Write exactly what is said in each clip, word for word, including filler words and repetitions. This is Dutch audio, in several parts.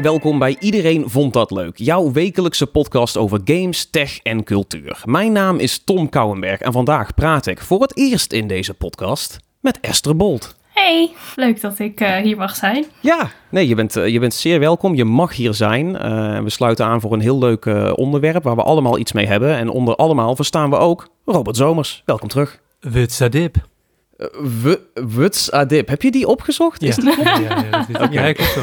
welkom bij Iedereen Vond Dat Leuk, jouw wekelijkse podcast over games, tech en cultuur. Mijn naam is Tom Kouwenberg en vandaag praat ik voor het eerst in deze podcast met Esther Bolt. Hey, leuk dat ik uh, hier mag zijn. Ja, nee, je bent, uh, je bent zeer welkom. Je mag hier zijn. Uh, we sluiten aan voor een heel leuk uh, onderwerp waar we allemaal iets mee hebben. En onder allemaal verstaan we ook Robert Zomers. Welkom terug. Wutsadip. Uh, Wutsadip. Heb je die opgezocht? Ja, Is die ja, ja, ja, dat is, okay. ja, klopt wel.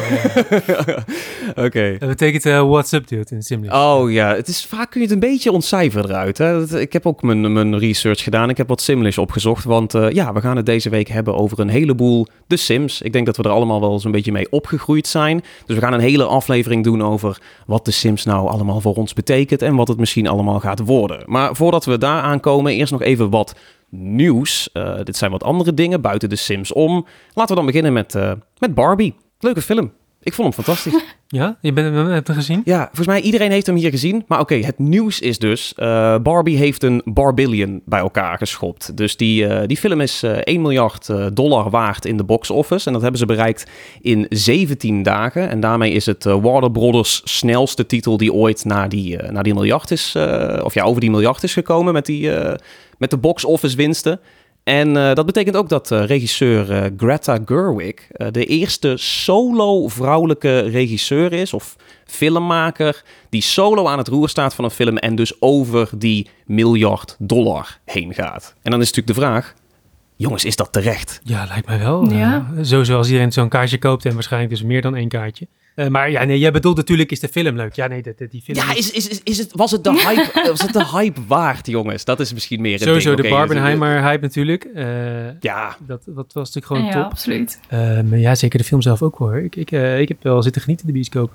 Ja. Oké. Okay. Dat betekent uh, what's up, dude, in Simlish. Oh ja, het is, vaak kun je het een beetje ontcijferen eruit. Hè? Ik heb ook mijn, mijn research gedaan. Ik heb wat Simlish opgezocht. Want uh, ja, we gaan het deze week hebben over een heleboel The Sims. Ik denk dat we er allemaal wel zo'n beetje mee opgegroeid zijn. Dus we gaan een hele aflevering doen over wat The Sims nou allemaal voor ons betekent. En wat het misschien allemaal gaat worden. Maar voordat we daar aankomen, eerst nog even wat nieuws. Uh, dit zijn wat andere dingen buiten de Sims om. Laten we dan beginnen met, uh, met Barbie. Leuke film. Ik vond hem fantastisch. Ja? Je bent hem, hebt hem gezien? Ja, volgens mij iedereen heeft hem hier gezien. Maar oké, okay, het nieuws is dus... Uh, Barbie heeft een barbillion bij elkaar geschopt. Dus die, uh, die film is uh, één miljard dollar waard in de box office. En dat hebben ze bereikt in zeventien dagen. En daarmee is het uh, Warner Brothers snelste titel die ooit naar die, uh, naar die miljard is... Uh, of ja, over die miljard is gekomen met, die, uh, met de box office winsten. En uh, dat betekent ook dat uh, regisseur uh, Greta Gerwig uh, de eerste solo vrouwelijke regisseur is, of filmmaker, die solo aan het roer staat van een film en dus over die miljard dollar heen gaat. En dan is natuurlijk de vraag, jongens, is dat terecht? Ja, lijkt mij wel. Ja. Uh, sowieso als iedereen zo'n kaartje koopt en waarschijnlijk dus meer dan één kaartje. Uh, maar ja, nee, jij bedoelt natuurlijk, is de film leuk? Ja, nee, de, de, die film... Ja, is, is, is, is het, was, het de hype, was het de hype waard, jongens? Dat is misschien meer het sowieso ding. de Okay, Barbenheimer-hype natuurlijk. Uh, ja. Dat, dat was natuurlijk gewoon ja, top. Ja, absoluut. Uh, maar ja, zeker de film zelf ook hoor. Ik, ik, uh, ik heb wel zitten genieten in de bioscoop.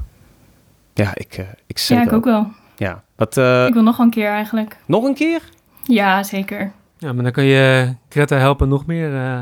Ja, ik, uh, ik Ja, ik ook wel. Ja. Wat, uh, ik wil nog een keer eigenlijk. Nog een keer? Ja, zeker. Ja, maar dan kan je Greta helpen nog meer... Uh,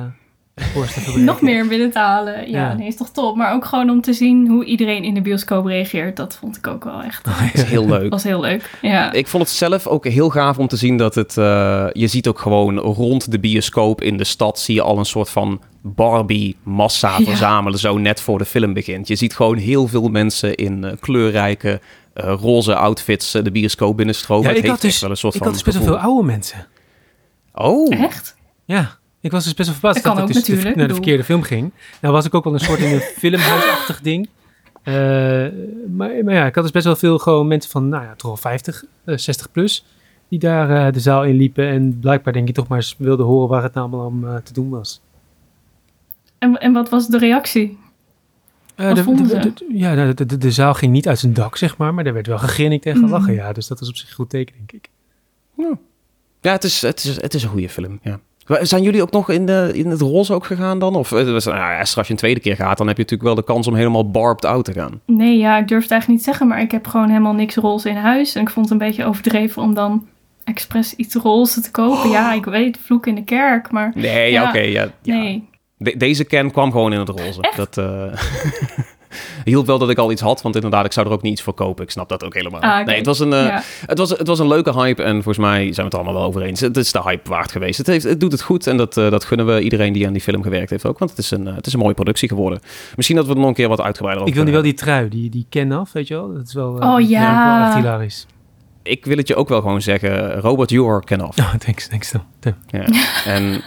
nog meer binnen te halen. Ja, ja, nee, is toch top. Maar ook gewoon om te zien hoe iedereen in de bioscoop reageert. Dat vond ik ook wel echt. Dat is heel leuk. was heel leuk, ja. Ik vond het zelf ook heel gaaf om te zien dat het... Uh, je ziet ook gewoon rond de bioscoop in de stad... zie je al een soort van Barbie-massa verzamelen... Ja. Zo net voor de film begint. Je ziet gewoon heel veel mensen in uh, kleurrijke... Uh, roze outfits uh, de bioscoop binnenstromen. Ja, het ik heeft had dus, wel een soort ik van had dus best wel veel oude mensen. Oh. Echt? Ja. Ik was dus best wel verbaasd dat, dat ik dus de, naar de verkeerde film ging. Nou was ik ook wel een soort in een filmhuisachtig ding. Uh, maar, maar ja, ik had dus best wel veel gewoon mensen van, nou ja, toch al vijftig, uh, zestig plus... die daar uh, de zaal in liepen en blijkbaar denk ik toch maar eens wilden horen waar het nou allemaal om uh, te doen was. En, en wat was de reactie? Uh, de, de, de, de, ja, de, de, de zaal ging niet uit zijn dak, zeg maar, maar er werd wel gegrinnikt en gelachen, mm. ja. Dus dat was op zich een goed teken, denk ik. Ja, ja het, is, het, is, het is een goede film, ja. Zijn jullie ook nog in, de, in het roze ook gegaan dan? Of nou ja, als je een tweede keer gaat, dan heb je natuurlijk wel de kans om helemaal barbed out te gaan. Nee, ja, ik durf het eigenlijk niet te zeggen, maar ik heb gewoon helemaal niks roze in huis. En ik vond het een beetje overdreven om dan expres iets roze te kopen. Oh. Ja, ik weet, vloek in de kerk, maar... Nee, ja, ja oké. Okay, ja, ja. Nee. De, deze can kwam gewoon in het roze. Echt? Dat uh... hielp wel dat ik al iets had, want inderdaad, ik zou er ook niet iets voor kopen. Ik snap dat ook helemaal. Ah, okay. Nee, het was, een, uh, ja. het, was, het was een leuke hype en volgens mij zijn we het allemaal wel over eens. Het is de hype waard geweest. Het, heeft, het doet het goed en dat, uh, dat gunnen we iedereen die aan die film gewerkt heeft ook, want het is een, uh, het is een mooie productie geworden. Misschien dat we er nog een keer wat uitgebreider over Ik wil nu wel die trui, die, die ken af, weet je wel? Dat is wel, uh, oh ja. ja wel echt hilarisch. Ik wil het je ook wel gewoon zeggen, Robert, you are ken af. Oh, thanks, thanks Tom. Ja, en...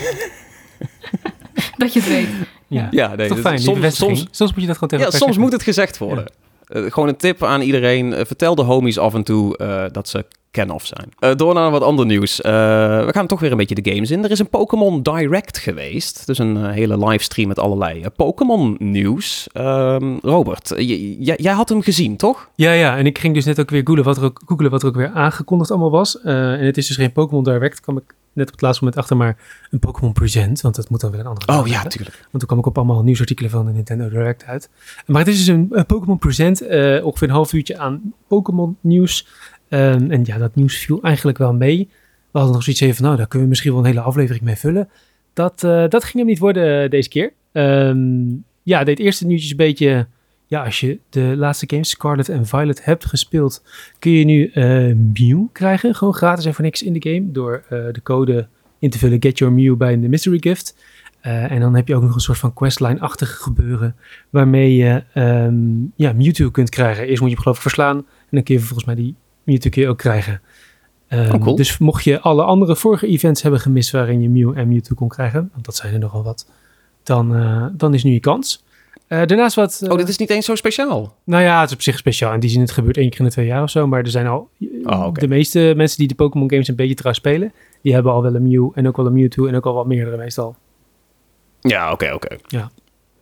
dat je het weet. Ja, ja nee, toch fijn, soms, soms, soms moet je dat gewoon tegen ja, soms moet het gezegd worden. Ja. Uh, gewoon een tip aan iedereen. Uh, vertel de homies af en toe uh, dat ze ken-off zijn. Uh, door naar wat ander nieuws. Uh, we gaan toch weer een beetje de games in. Er is een Pokémon Direct geweest. Dus een uh, hele livestream met allerlei uh, Pokémon nieuws. Uh, Robert, j- j- jij had hem gezien, toch? Ja, ja. En ik ging dus net ook weer googlen wat er ook, googlen wat er ook weer aangekondigd allemaal was. Uh, en het is dus geen Pokémon Direct, kwam ik net op het laatste moment achter, maar een Pokémon Present. Want dat moet dan weer een andere Oh ja, hebben. Tuurlijk. Want toen kwam ik op allemaal nieuwsartikelen van de Nintendo Direct uit. Maar het is dus een, een Pokémon Present. Uh, ongeveer een half uurtje aan Pokémon nieuws. Um, en ja, dat nieuws viel eigenlijk wel mee. We hadden nog zoiets van, nou, daar kunnen we misschien wel een hele aflevering mee vullen. Dat, uh, dat ging hem niet worden uh, deze keer. Um, ja, dit eerste nieuwtje is een beetje... Ja, als je de laatste games Scarlet en Violet hebt gespeeld, kun je nu uh, Mew krijgen. Gewoon gratis en voor niks in de game. Door uh, de code in te vullen Get Your Mew bij de Mystery Gift. Uh, en dan heb je ook nog een soort van questline-achtige gebeuren, waarmee je um, ja, Mewtwo kunt krijgen. Eerst moet je hem geloof ik verslaan, en dan kun je volgens mij die Mewtwo kun je ook krijgen. Um, oh, cool. Dus mocht je alle andere vorige events hebben gemist waarin je Mew en Mewtwo kon krijgen, want dat zijn er nogal wat, dan, uh, dan is nu je kans. Uh, daarnaast wat... Uh, oh, dit is niet eens zo speciaal? Nou ja, het is op zich speciaal. In die zin, het gebeurt één keer in de twee jaar of zo. Maar er zijn al... Oh, okay. De meeste mensen die de Pokémon games een beetje trouw spelen, die hebben al wel een Mew en ook wel een Mewtwo en ook al wat meerdere meestal. Ja, oké, okay, oké. Okay. Ja.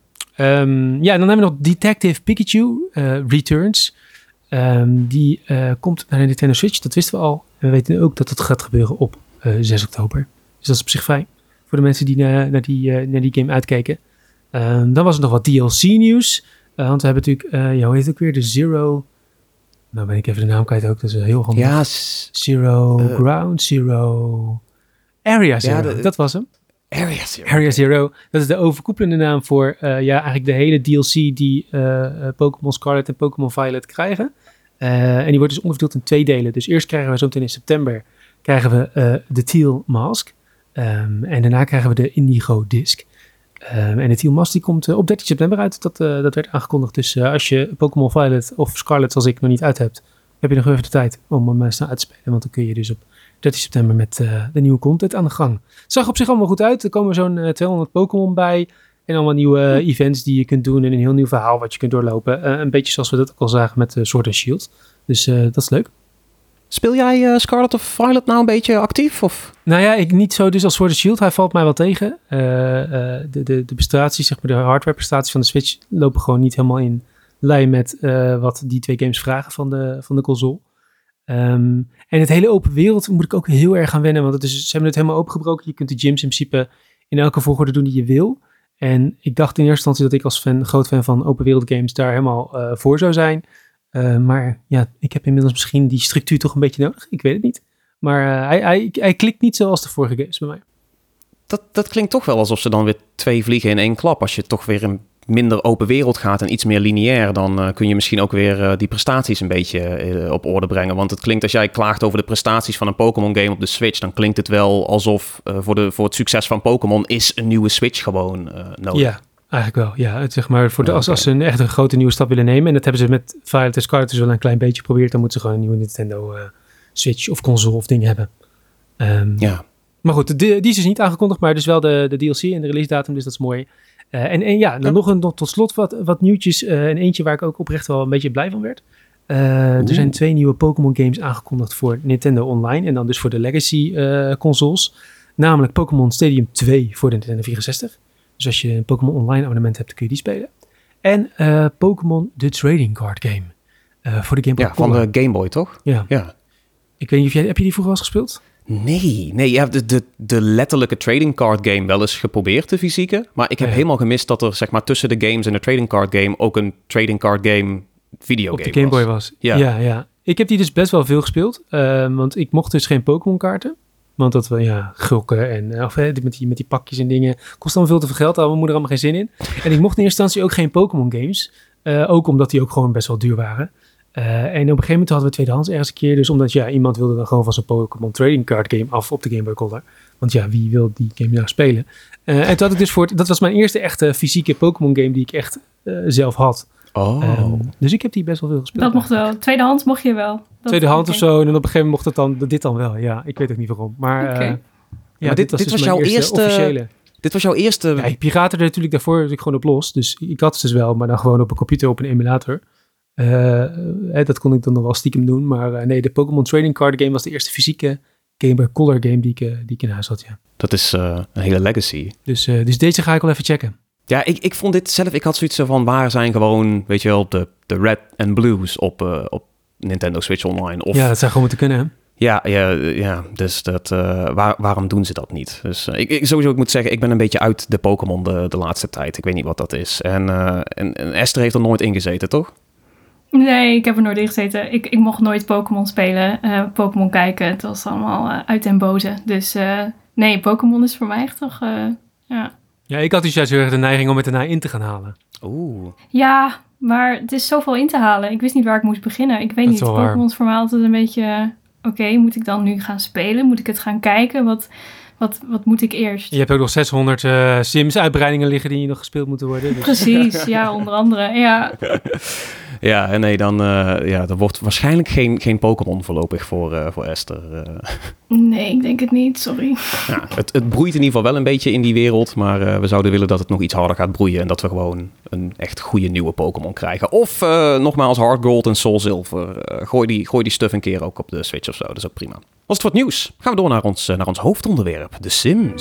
Um, ja, en dan hebben we nog Detective Pikachu uh, Returns. Um, die uh, komt naar de Nintendo Switch, dat wisten we al. En we weten ook dat dat gaat gebeuren op uh, zes oktober. Dus dat is op zich fijn. Voor de mensen die uh, naar, die, uh, naar die game uitkijken. Uh, dan was er nog wat D L C nieuws. Uh, want we hebben natuurlijk, uh, ja, hoe heet het ook weer? De Zero... Nou ben ik even de naam kwijt ook, dat is heel handig. Ja, Zero uh, Ground, Zero... Area Zero, ja, de, dat was hem. Area Zero. Area Zero, dat is de overkoepelende naam voor uh, ja, eigenlijk de hele D L C die uh, uh, Pokémon Scarlet en Pokémon Violet krijgen. Uh, en die wordt dus onderverdeeld in twee delen. Dus eerst krijgen we zo meteen in september krijgen we uh, de Teal Mask. Um, en daarna krijgen we de Indigo Disc. Um, en de Teal Mask die komt uh, op dertien september uit. Dat, uh, dat werd aangekondigd. Dus uh, als je Pokémon Violet of Scarlet zoals ik nog niet uit hebt, heb je nog even de tijd om hem uh, snel uit te spelen. Want dan kun je dus op dertien september met uh, de nieuwe content aan de gang. Het zag op zich allemaal goed uit. Er komen zo'n uh, tweehonderd Pokémon bij. En allemaal nieuwe uh, events die je kunt doen. En een heel nieuw verhaal wat je kunt doorlopen. Uh, een beetje zoals we dat ook al zagen met uh, Sword and Shield. Dus uh, dat is leuk. Speel jij uh, Scarlet of Violet nou een beetje actief? Of? Nou ja, ik niet zo dus als Sword and Shield. Hij valt mij wel tegen. Uh, uh, de, de, de prestaties, zeg maar de hardware prestaties van de Switch lopen gewoon niet helemaal in lijn met uh, wat die twee games vragen van de, van de console. Um, en het hele open wereld moet ik ook heel erg gaan wennen. Want het is, ze hebben het helemaal opengebroken. Je kunt de gyms in principe in elke volgorde doen die je wil. En ik dacht in eerste instantie dat ik als fan, groot fan van open wereld games daar helemaal uh, voor zou zijn. Uh, maar ja, ik heb inmiddels misschien die structuur toch een beetje nodig. Ik weet het niet. Maar uh, hij, hij, hij klikt niet zoals de vorige games bij mij. Dat, dat klinkt toch wel alsof ze dan weer twee vliegen in één klap. Als je toch weer een minder open wereld gaat en iets meer lineair, dan uh, kun je misschien ook weer uh, die prestaties een beetje uh, op orde brengen. Want het klinkt, als jij klaagt over de prestaties van een Pokémon game op de Switch, dan klinkt het wel alsof uh, voor, de, voor het succes van Pokémon is een nieuwe Switch gewoon uh, nodig. Ja, eigenlijk wel. Ja, het, zeg maar, voor de, als, als ze een echt een grote nieuwe stap willen nemen, en dat hebben ze met Violet en Scarlet dus wel een klein beetje geprobeerd, dan moeten ze gewoon een nieuwe Nintendo uh, Switch of console of ding hebben. Um, ja. Maar goed, de, die is dus niet aangekondigd, maar dus wel de, de D L C en de release datum, dus dat is mooi. Uh, en, en ja, dan ja. nog een nog tot slot wat, wat nieuwtjes. Uh, en eentje waar ik ook oprecht wel een beetje blij van werd. Uh, er zijn twee nieuwe Pokémon games aangekondigd voor Nintendo Online. En dan dus voor de Legacy uh, consoles. Namelijk Pokémon Stadium twee voor de Nintendo vierenzestig. Dus als je een Pokémon Online abonnement hebt, dan kun je die spelen. En uh, Pokémon The Trading Card Game. Uh, voor de Game Boy Ja, Color. Van de Game Boy, toch? Ja. ja. Ik weet niet of jij... Heb je die vroeger al eens gespeeld? Nee, nee, je hebt de, de, de letterlijke trading card game wel eens geprobeerd, de fysieke. Maar ik heb ja. helemaal gemist dat er zeg maar tussen de games en de trading card game ook een trading card game video op game de Game Boy was. was. Ja. ja, ja. Ik heb die dus best wel veel gespeeld. Uh, want ik mocht dus geen Pokémon kaarten. Want dat wel, ja, gulken en of, hè, met, die, met die pakjes en dingen. Kost allemaal veel te veel geld. Daar hadden mijn moeder allemaal geen zin in. En ik mocht in eerste instantie ook geen Pokémon games. Uh, ook omdat die ook gewoon best wel duur waren. Uh, en op een gegeven moment hadden we tweedehands ergens een keer. Dus omdat ja, iemand wilde dan gewoon van zijn Pokémon Trading Card Game af op de Game Boy Color. Want ja, wie wil die game nou spelen? Uh, en toen had ik dus voor... Dat was mijn eerste echte fysieke Pokémon game die ik echt uh, zelf had. Oh. Um, dus ik heb die best wel veel gespeeld. Dat mocht wel. Tweedehands mocht je wel. Dat Tweedehands of zo. En dan op een gegeven moment mocht het dan... Dit dan wel, ja. Ik weet ook niet waarom. Maar, okay. uh, ja, maar dit, dit was, dit was dus jouw eerste, eerste... officiële... Dit was jouw eerste... Ja, ik piraten er natuurlijk daarvoor natuurlijk gewoon op los. Dus ik had het dus wel, maar dan gewoon op een computer op een emulator. Uh, eh, dat kon ik dan nog wel stiekem doen. Maar uh, nee, de Pokémon Trading Card Game was de eerste fysieke Game Boy Color game die ik, uh, die ik in huis had, ja. Dat is uh, een hele legacy. Dus, uh, dus deze ga ik wel even checken. Ja, ik, ik vond dit zelf... Ik had zoiets van, waar zijn gewoon, weet je wel, de, de red and blues op, uh, op Nintendo Switch Online? Of, ja, dat zou gewoon moeten kunnen, hè? Ja, ja, ja, dus dat, uh, waar, waarom doen ze dat niet? Dus uh, ik, ik, sowieso, ik moet zeggen, ik ben een beetje uit de Pokémon de, de laatste tijd. Ik weet niet wat dat is. En, uh, en, en Esther heeft er nooit in gezeten, toch? Nee, ik heb er nooit in gezeten. Ik, ik mocht nooit Pokémon spelen, uh, Pokémon kijken. Het was allemaal uh, uit den boze. Dus uh, nee, Pokémon is voor mij echt toch, uh, ja... Ja, ik had dus juist heel erg de neiging om het erna in te gaan halen. Oeh. Ja, maar het is zoveel in te halen. Ik wist niet waar ik moest beginnen. Ik weet dat niet, Pokémon is voor mij altijd een beetje... Oké, okay, moet ik dan nu gaan spelen? Moet ik het gaan kijken? Wat, wat, wat moet ik eerst? Je hebt ook nog zeshonderd uh, Sims-uitbreidingen liggen die nog gespeeld moeten worden. Dus. Precies, ja, onder andere, ja. Ja, en nee, dan uh, ja, er wordt waarschijnlijk geen, geen Pokémon voorlopig voor, uh, voor Esther. Uh. Nee, ik denk het niet, sorry. Ja, het, het broeit in ieder geval wel een beetje in die wereld, maar uh, we zouden willen dat het nog iets harder gaat broeien en dat we gewoon een echt goede nieuwe Pokémon krijgen. Of uh, nogmaals Hard Gold en Soul Silver. Uh, gooi, die, gooi die stuff een keer ook op de Switch of zo, dat is ook prima. Was het wat nieuws? Gaan we door naar ons, uh, naar ons hoofdonderwerp, The Sims.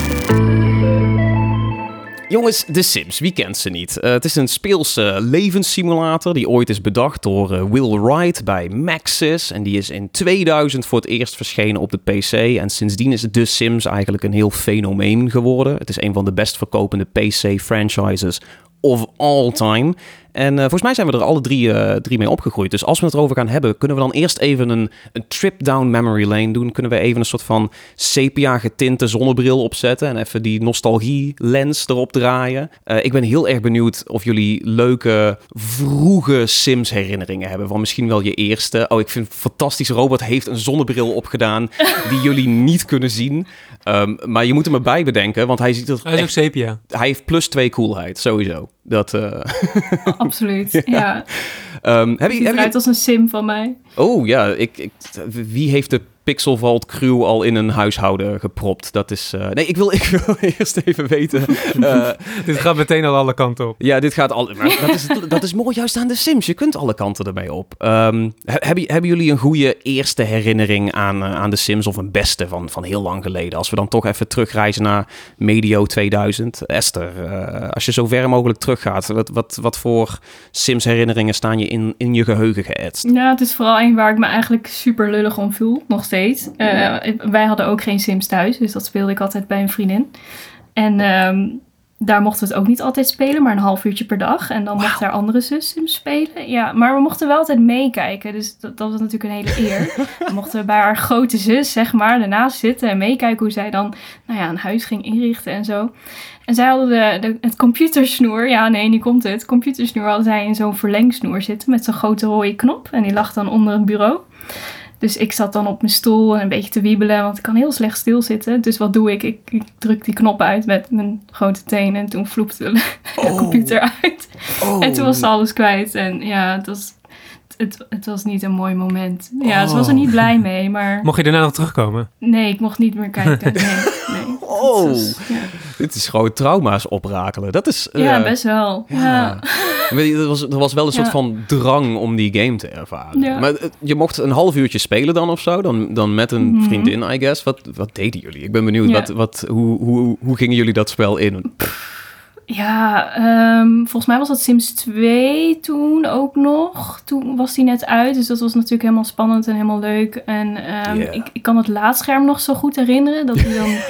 Jongens, The Sims, wie kent ze niet? Uh, het is een speelse levenssimulator die ooit is bedacht door uh, Will Wright bij Maxis. En die is in tweeduizend voor het eerst verschenen op de P C. En sindsdien is The Sims eigenlijk een heel fenomeen geworden. Het is een van de best verkopende P C-franchises of all time. En uh, volgens mij zijn we er alle drie, uh, drie mee opgegroeid. Dus als we het erover gaan hebben, kunnen we dan eerst even een, een trip down memory lane doen. Kunnen we even een soort van sepia getinte zonnebril opzetten en even die nostalgie lens erop draaien. Uh, ik ben heel erg benieuwd of jullie leuke vroege Sims herinneringen hebben. Van misschien wel je eerste. Oh, ik vind het fantastisch. Robert heeft een zonnebril opgedaan die jullie niet kunnen zien. Um, maar je moet hem erbij bedenken, want hij ziet er Hij is echt, ook sepia. Hij heeft plus twee coolheid, sowieso. Dat, uh... Absoluut, ja. ja. Um, heb je, ziet heb eruit je... als een sim van mij. Oh ja, ik, ik, wie heeft de Pixel Vault crew al in een huishouden gepropt? Dat is... Uh... Nee, ik wil, ik wil eerst even weten... Uh... Dit gaat meteen al alle kanten op. Ja, dit gaat al... Maar dat, is, dat is mooi juist aan de Sims. Je kunt alle kanten ermee op. Um, hebben, hebben jullie een goede eerste herinnering aan, uh, aan de Sims of een beste van, van heel lang geleden? Als we dan toch even terugreizen naar medio tweeduizend. Esther, uh, als je zo ver mogelijk teruggaat, wat, wat, wat voor Sims herinneringen staan je in, in je geheugen geëtst? Ja, het is vooral een waar ik me eigenlijk super lullig om voel, nog steeds. Uh, wij hadden ook geen Sims thuis, dus dat speelde ik altijd bij een vriendin. En um, daar mochten we het ook niet altijd spelen, maar een half uurtje per dag. En dan wow. mochten er andere zus Sims spelen. Ja, maar we mochten wel altijd meekijken, dus dat, dat was natuurlijk een hele eer. Dan mochten we bij haar grote zus, zeg maar, ernaast zitten en meekijken hoe zij dan nou ja, een huis ging inrichten en zo. En zij hadden de, de, het computersnoer, ja nee, nu komt het. Computersnoer hadden zij in zo'n verlengsnoer zitten met zo'n grote rode knop. En die lag dan onder het bureau. Dus ik zat dan op mijn stoel en een beetje te wiebelen, want ik kan heel slecht stilzitten. Dus wat doe ik? Ik, ik druk die knop uit met mijn grote tenen en toen vloepte de oh. computer uit. Oh. En toen was ze alles kwijt. En ja, het was, het, het was niet een mooi moment. Ja, oh. ze was er niet blij mee, maar... Mocht je daarna nog terugkomen? Nee, ik mocht niet meer kijken. Nee, nee. Oh, was, ja. Dit is gewoon trauma's oprakelen. Dat is... Uh, ja, best wel. Ja. ja. Er was, er was wel een soort ja. van drang om die game te ervaren. Ja. Maar je mocht een half uurtje spelen dan of zo, dan, dan met een mm-hmm. vriendin, I guess. Wat, wat deden jullie? Ik ben benieuwd, ja. wat, wat, hoe, hoe, hoe gingen jullie dat spel in? Ja, um, volgens mij was dat Sims twee toen ook nog. Toen was die net uit, dus dat was natuurlijk helemaal spannend en helemaal leuk. En um, yeah. ik, ik kan het laadscherm nog zo goed herinneren, dat hij dan,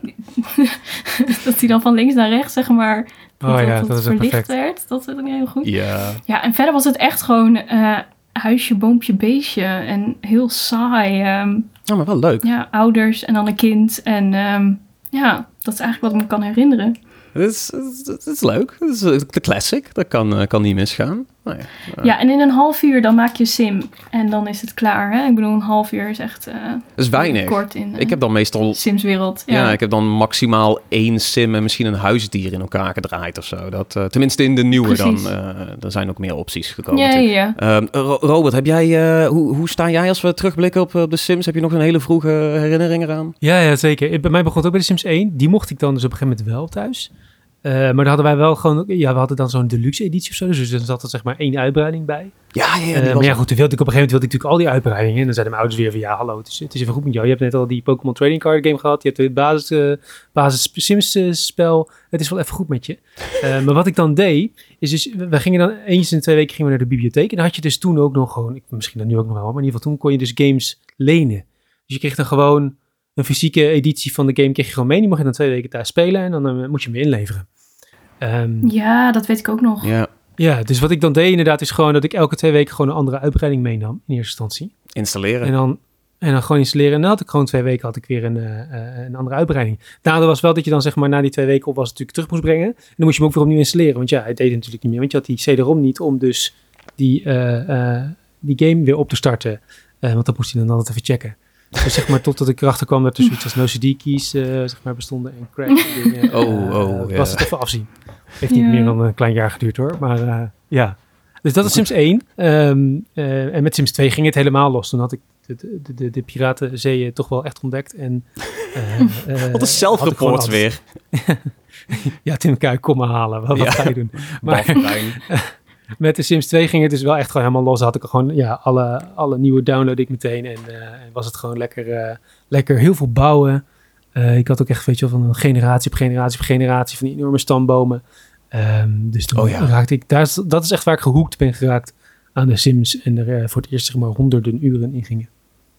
dat hij dan van links naar rechts, zeg maar, oh, dat, ja, dat, dat het verlicht perfect. werd. Dat weet ik niet heel goed. Yeah. Ja, en verder was het echt gewoon uh, huisje, boompje, beestje en heel saai. Um, ja, maar wel leuk. Ja, ouders en dan een kind. En um, ja, dat is eigenlijk wat ik me kan herinneren. Het is, het is leuk. Het is de classic. Dat kan, uh, kan niet misgaan. Nou ja, uh. ja, en in een half uur dan maak je sim. En dan is het klaar. Hè? Ik bedoel, een half uur is echt uh, dat is weinig. kort in de ik heb dan meestal Sims-wereld. Ja. ja, ik heb dan maximaal één sim en misschien een huisdier in elkaar gedraaid of zo. Dat, uh, tenminste in de nieuwe dan. Uh, er zijn ook meer opties gekomen. Ja, ja, ja. Uh, Robert, heb jij, uh, hoe, hoe sta jij als we terugblikken op, op de Sims? Heb je nog een hele vroege herinnering eraan? Ja, ja, zeker. Bij mij begon het ook bij de Sims één. Die mocht ik dan dus op een gegeven moment wel thuis. Uh, maar daar hadden wij wel gewoon... Ja, we hadden dan zo'n deluxe editie of zo. Dus er zat er zeg maar één uitbreiding bij. Ja, ja. Uh, maar ja, goed, toen wilde ik op een gegeven moment wilde ik natuurlijk al die uitbreidingen. En dan zeiden mijn ouders weer van... Ja, hallo, het is, het is even goed met jou. Je hebt net al die Pokémon Trading Card Game gehad. Je hebt het basis, uh, basis Sims uh, spel. Het is wel even goed met je. Uh, maar wat ik dan deed... Is dus... We gingen dan eens in de twee weken gingen we naar de bibliotheek. En dan had je dus toen ook nog gewoon... Misschien dan nu ook nog wel. Maar in ieder geval toen kon je dus games lenen. Dus je kreeg dan gewoon... Een fysieke editie van de game kreeg je gewoon mee. Die mocht je dan twee weken thuis spelen. En dan uh, moest je hem inleveren. Um, ja, dat weet ik ook nog. Ja. ja, dus wat ik dan deed inderdaad is gewoon dat ik elke twee weken gewoon een andere uitbreiding meenam in eerste instantie. Installeren. En dan, en dan gewoon installeren. En dan had ik gewoon twee weken had ik weer een, uh, een andere uitbreiding. Het nadeel was wel dat je dan zeg maar na die twee weken op was natuurlijk terug moest brengen. En dan moest je hem ook weer opnieuw installeren. Want ja, hij deed het natuurlijk niet meer. Want je had die C-ROM niet om dus die, uh, uh, die game weer op te starten. Uh, want dat moest hij dan altijd even checken. Dus zeg maar totdat ik erachter kwam dat er zoiets als no-C D-keys uh, zeg maar bestonden en crack dingen. Oh, oh, uh, was ja. het even afzien. Heeft niet Ja. meer dan een klein jaar geduurd hoor, maar uh, ja. Dus dat is Sims één. Um, uh, en met Sims twee ging het helemaal los. Toen had ik de, de, de, de Piratenzeeën toch wel echt ontdekt. En, uh, uh, Wat een zelfreports weer. Ja, Tim Kuik, kom maar halen. Wat, wat Ja. ga je doen? Maar Bafrein. met de Sims twee ging het dus wel echt gewoon helemaal los. Had ik gewoon, ja, alle, alle nieuwe download ik meteen. En, uh, en was het gewoon lekker, uh, lekker heel veel bouwen. Uh, ik had ook echt, weet je wel, van een generatie op generatie op generatie van die enorme stambomen. Um, dus toen Oh ja. raakte ik, daar is, dat is echt waar ik gehoekt ben geraakt aan de Sims. En er uh, voor het eerst zeg maar honderden uren in gingen.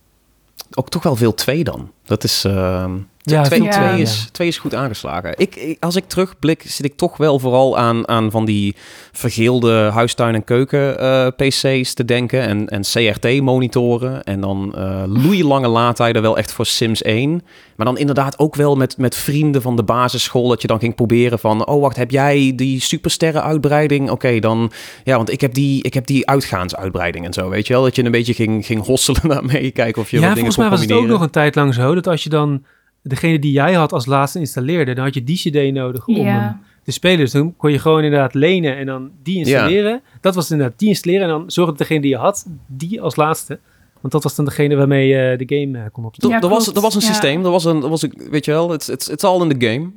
Ook toch wel veel twee dan. Dat is... Uh, Ja, twee, veel twee, twee, is, ja. twee is goed aangeslagen. Ik, ik, als ik terugblik, zit ik toch wel vooral aan, aan van die vergeelde huistuin- en keuken uh, P C's te denken. En, en C R T-monitoren. En dan uh, loeilange laadtijden wel echt voor Sims één. Maar dan inderdaad ook wel met, met vrienden van de basisschool. Dat je dan ging proberen van... Oh, wacht, heb jij die supersterren-uitbreiding? Oké, okay, dan... Ja, want ik heb die, ik heb die uitgaansuitbreiding en zo, weet je wel? Dat je een beetje ging, ging hosselen daarmee. Kijken of je Ja, wat dingen volgens mij kon was het ook combineren. nog een tijd lang zo. Dat als je dan degene die jij had als laatste installeerde, dan had je die cd nodig om hem Ja. te spelen. Dus dan kon je gewoon inderdaad lenen en dan die installeren. Ja. Dat was inderdaad die installeren en dan zorg dat degene die je had, die als laatste. Want dat was dan degene waarmee je uh, de game uh, kon opzetten. Ja, Er, er, was, klopt. er was een Ja. systeem, er was een, er was een, weet je wel, it's, it's, it's all in the game.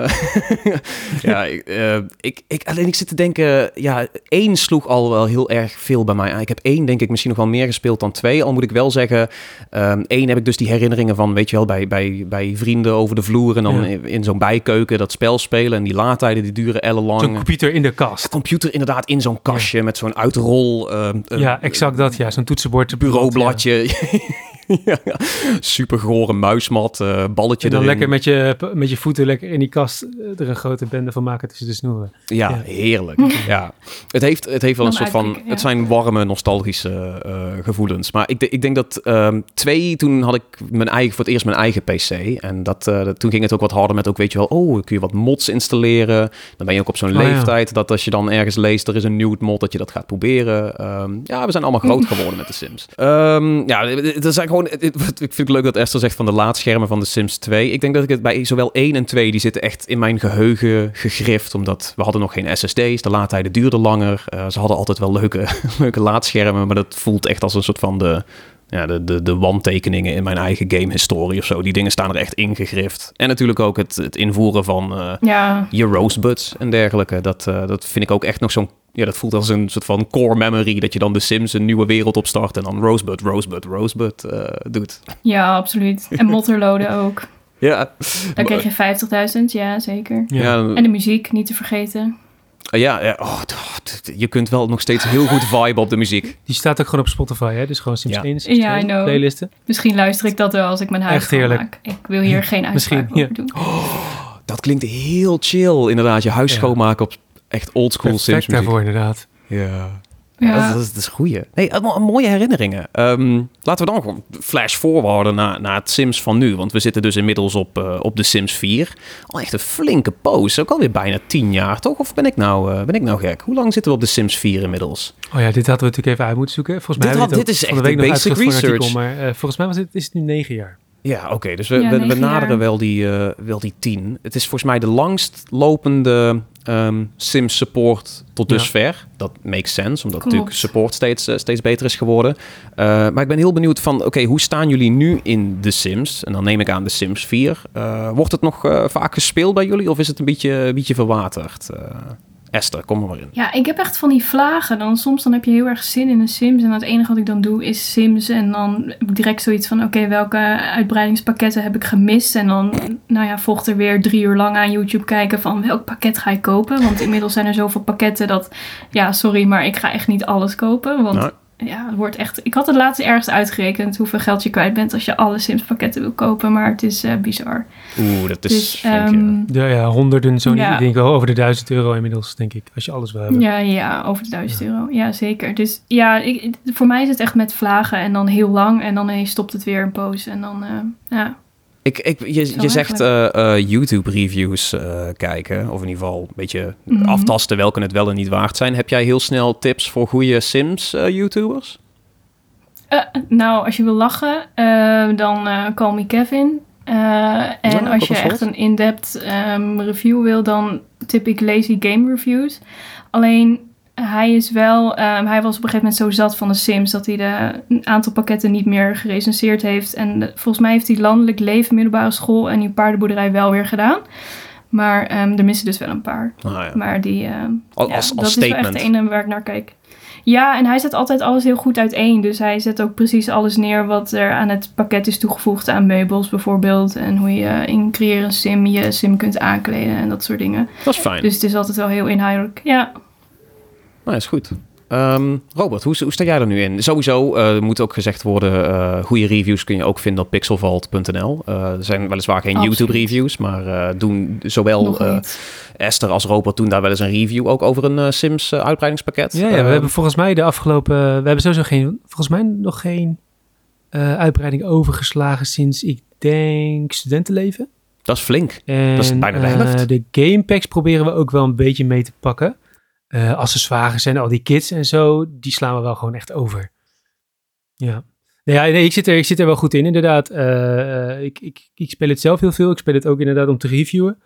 Uh, ja, ik, uh, ik, ik, alleen ik zit te denken, ja, één sloeg al wel heel erg veel bij mij aan. Ik heb één, denk ik, misschien nog wel meer gespeeld dan twee. Al moet ik wel zeggen, um, één heb ik dus die herinneringen van, weet je wel, bij, bij, bij vrienden over de vloer en dan Ja. in, in zo'n bijkeuken dat spel spelen. En die laadtijden, die duren ellenlang. Zo'n computer in de kast. Computer inderdaad in zo'n kastje ja. met zo'n uitrol. Uh, uh, ja, exact dat, ja. Zo'n toetsenbord. Bureaubladje. Ja. Ja, ja. Super gore muismat, uh, balletje en dan erin. lekker met je, met je voeten lekker in die kast er een grote bende van maken tussen de snoeren. Ja, ja. heerlijk. Ja. Het heeft, het heeft wel een soort van... Ja. Het zijn warme, nostalgische uh, gevoelens. Maar ik, de, ik denk dat um, twee... Toen had ik mijn eigen, voor het eerst mijn eigen P C. En dat, uh, dat, toen ging het ook wat harder met ook, weet je wel... Oh, kun je wat mods installeren. Dan ben je ook op zo'n oh, leeftijd... Ja. Dat als je dan ergens leest, er is een nude mod... Dat je dat gaat proberen. Um, ja, we zijn allemaal groot geworden met de Sims. Um, ja, er zijn gewoon... Ik vind het leuk dat Esther zegt van de laadschermen van de Sims twee. Ik denk dat ik het bij zowel één en twee... die zitten echt in mijn geheugen gegrift. Omdat we hadden nog geen S S D's. De laadtijden duurden langer. Uh, ze hadden altijd wel leuke, leuke laadschermen. Maar dat voelt echt als een soort van de... Ja, de, de, de wandtekeningen in mijn eigen game-historie of zo. Die dingen staan er echt ingegrift. En natuurlijk ook het, het invoeren van uh, ja. je rosebuds en dergelijke. Dat, uh, dat vind ik ook echt nog zo'n... Ja, dat voelt als een soort van core memory... dat je dan de Sims een nieuwe wereld opstart... en dan rosebud, rosebud, rosebud uh, doet. Ja, absoluut. En motterloden ook. Ja. Dan kreeg je vijftigduizend, ja, zeker. Ja. Ja. En de muziek, niet te vergeten. Ja, ja. Oh, je kunt wel nog steeds heel goed viben op de muziek. Die staat ook gewoon op Spotify, hè? Dus gewoon Sims ja. één, Sims ja, twee, playlisten. Misschien luister ik dat wel als ik mijn huis maak. Ik wil hier geen uitspraak over ja. doen. Oh, dat klinkt heel chill, inderdaad. Je huis ja. schoonmaken op echt oldschool Sims muziek. daarvoor, inderdaad. Ja. Ja. Dat, dat, is, dat is goeie. Nee, mooie herinneringen. Um, laten we dan gewoon flash forwarden naar, naar het Sims van nu. Want we zitten dus inmiddels op, uh, op de Sims vier. Al echt een flinke poos. Ook alweer bijna tien jaar, toch? Of ben ik nou, uh, ben ik nou gek? Hoe lang zitten we op de Sims vier inmiddels? Oh ja, dit hadden we natuurlijk even uit moeten zoeken. Volgens mij dit, had, dit is echt de basic research. Artikel, maar uh, volgens mij was het, is het nu negen jaar. Ja, oké. Okay, dus we, ja, we, we naderen wel die, uh, wel die tien. Het is volgens mij de langst lopende um, Sims support tot dusver. Ja. Dat makes sense, omdat Klopt. natuurlijk support steeds, uh, steeds beter is geworden. Uh, maar ik ben heel benieuwd van, oké, okay, hoe staan jullie nu in de Sims? En dan neem ik aan de Sims vier. Uh, wordt het nog uh, vaak gespeeld bij jullie of is het een beetje, een beetje verwaterd? Uh, Esther, kom er maar in. Ja, ik heb echt van die vlagen. Dan, soms dan heb je heel erg zin in een Sims. En het enige wat ik dan doe is Sims. En dan heb ik direct zoiets van... Oké, okay, welke uitbreidingspakketten heb ik gemist? En dan nou ja, volgt er weer drie uur lang aan YouTube kijken... van welk pakket ga ik kopen? Want inmiddels zijn er zoveel pakketten dat... Ja, sorry, maar ik ga echt niet alles kopen. Want... Nou. Ja, het wordt echt... Ik had het laatst ergens uitgerekend hoeveel geld je kwijt bent als je alle Sims pakketten wil kopen, maar het is uh, bizar. Oeh, dat is dus, flink, um, ja. ja, honderden, zo ja. niet. Ik denk wel over de duizend euro inmiddels, denk ik, als je alles wil hebben. Ja, ja, over de duizend ja. euro. Ja, zeker. Dus ja, ik, voor mij is het echt met vlagen en dan heel lang en dan hey, stopt het weer een poos en dan, uh, ja... Ik, ik, je, je zegt uh, uh, YouTube-reviews uh, kijken, of in ieder geval een beetje mm-hmm. aftasten welke het wel en niet waard zijn. Heb jij heel snel tips voor goede Sims-YouTubers? Uh, nou, als je wil lachen, uh, dan uh, Call Me Kevin. Uh, en ja, als je echt een in-depth um, review wil, dan tip ik Lazy Game Reviews. Alleen, hij is wel... Um, hij was op een gegeven moment zo zat van de Sims... dat hij de, een aantal pakketten niet meer gerecenseerd heeft. En de, volgens mij heeft hij landelijk leven, middelbare school... en die paardenboerderij wel weer gedaan. Maar um, er missen dus wel een paar. Ah, ja. Maar die... Uh, als, ja, als dat statement. is wel echt de ene waar ik naar kijk. Ja, en hij zet altijd alles heel goed uiteen. Dus hij zet ook precies alles neer wat er aan het pakket is toegevoegd aan meubels bijvoorbeeld. En hoe je in Creëer een Sim je Sim kunt aankleden en dat soort dingen. Dat is fijn. Dus het is altijd wel heel inhoudelijk, ja. Nou, is goed. Um, Robert, hoe, hoe sta jij er nu in? Sowieso uh, moet ook gezegd worden, uh, goede reviews kun je ook vinden op pixelvault punt n l. Uh, er zijn weliswaar geen Absoluut. YouTube-reviews, maar uh, doen zowel uh, Esther als Robert doen daar wel eens een review ook over een uh, Sims uh, uitbreidingspakket. Ja, ja uh, we hebben volgens mij de afgelopen... We hebben sowieso geen, volgens mij nog geen uh, uitbreiding overgeslagen sinds, ik denk, studentenleven. Dat is flink. En, dat is bijna de uh, helft. de gamepacks proberen we ook wel een beetje mee te pakken. Uh, accessoires en al die kits en zo, die slaan we wel gewoon echt over. Ja. Nee, ja, nee ik, zit er, ik zit er wel goed in, inderdaad. Uh, uh, ik, ik, ik speel het zelf heel veel. Ik speel het ook inderdaad om te reviewen.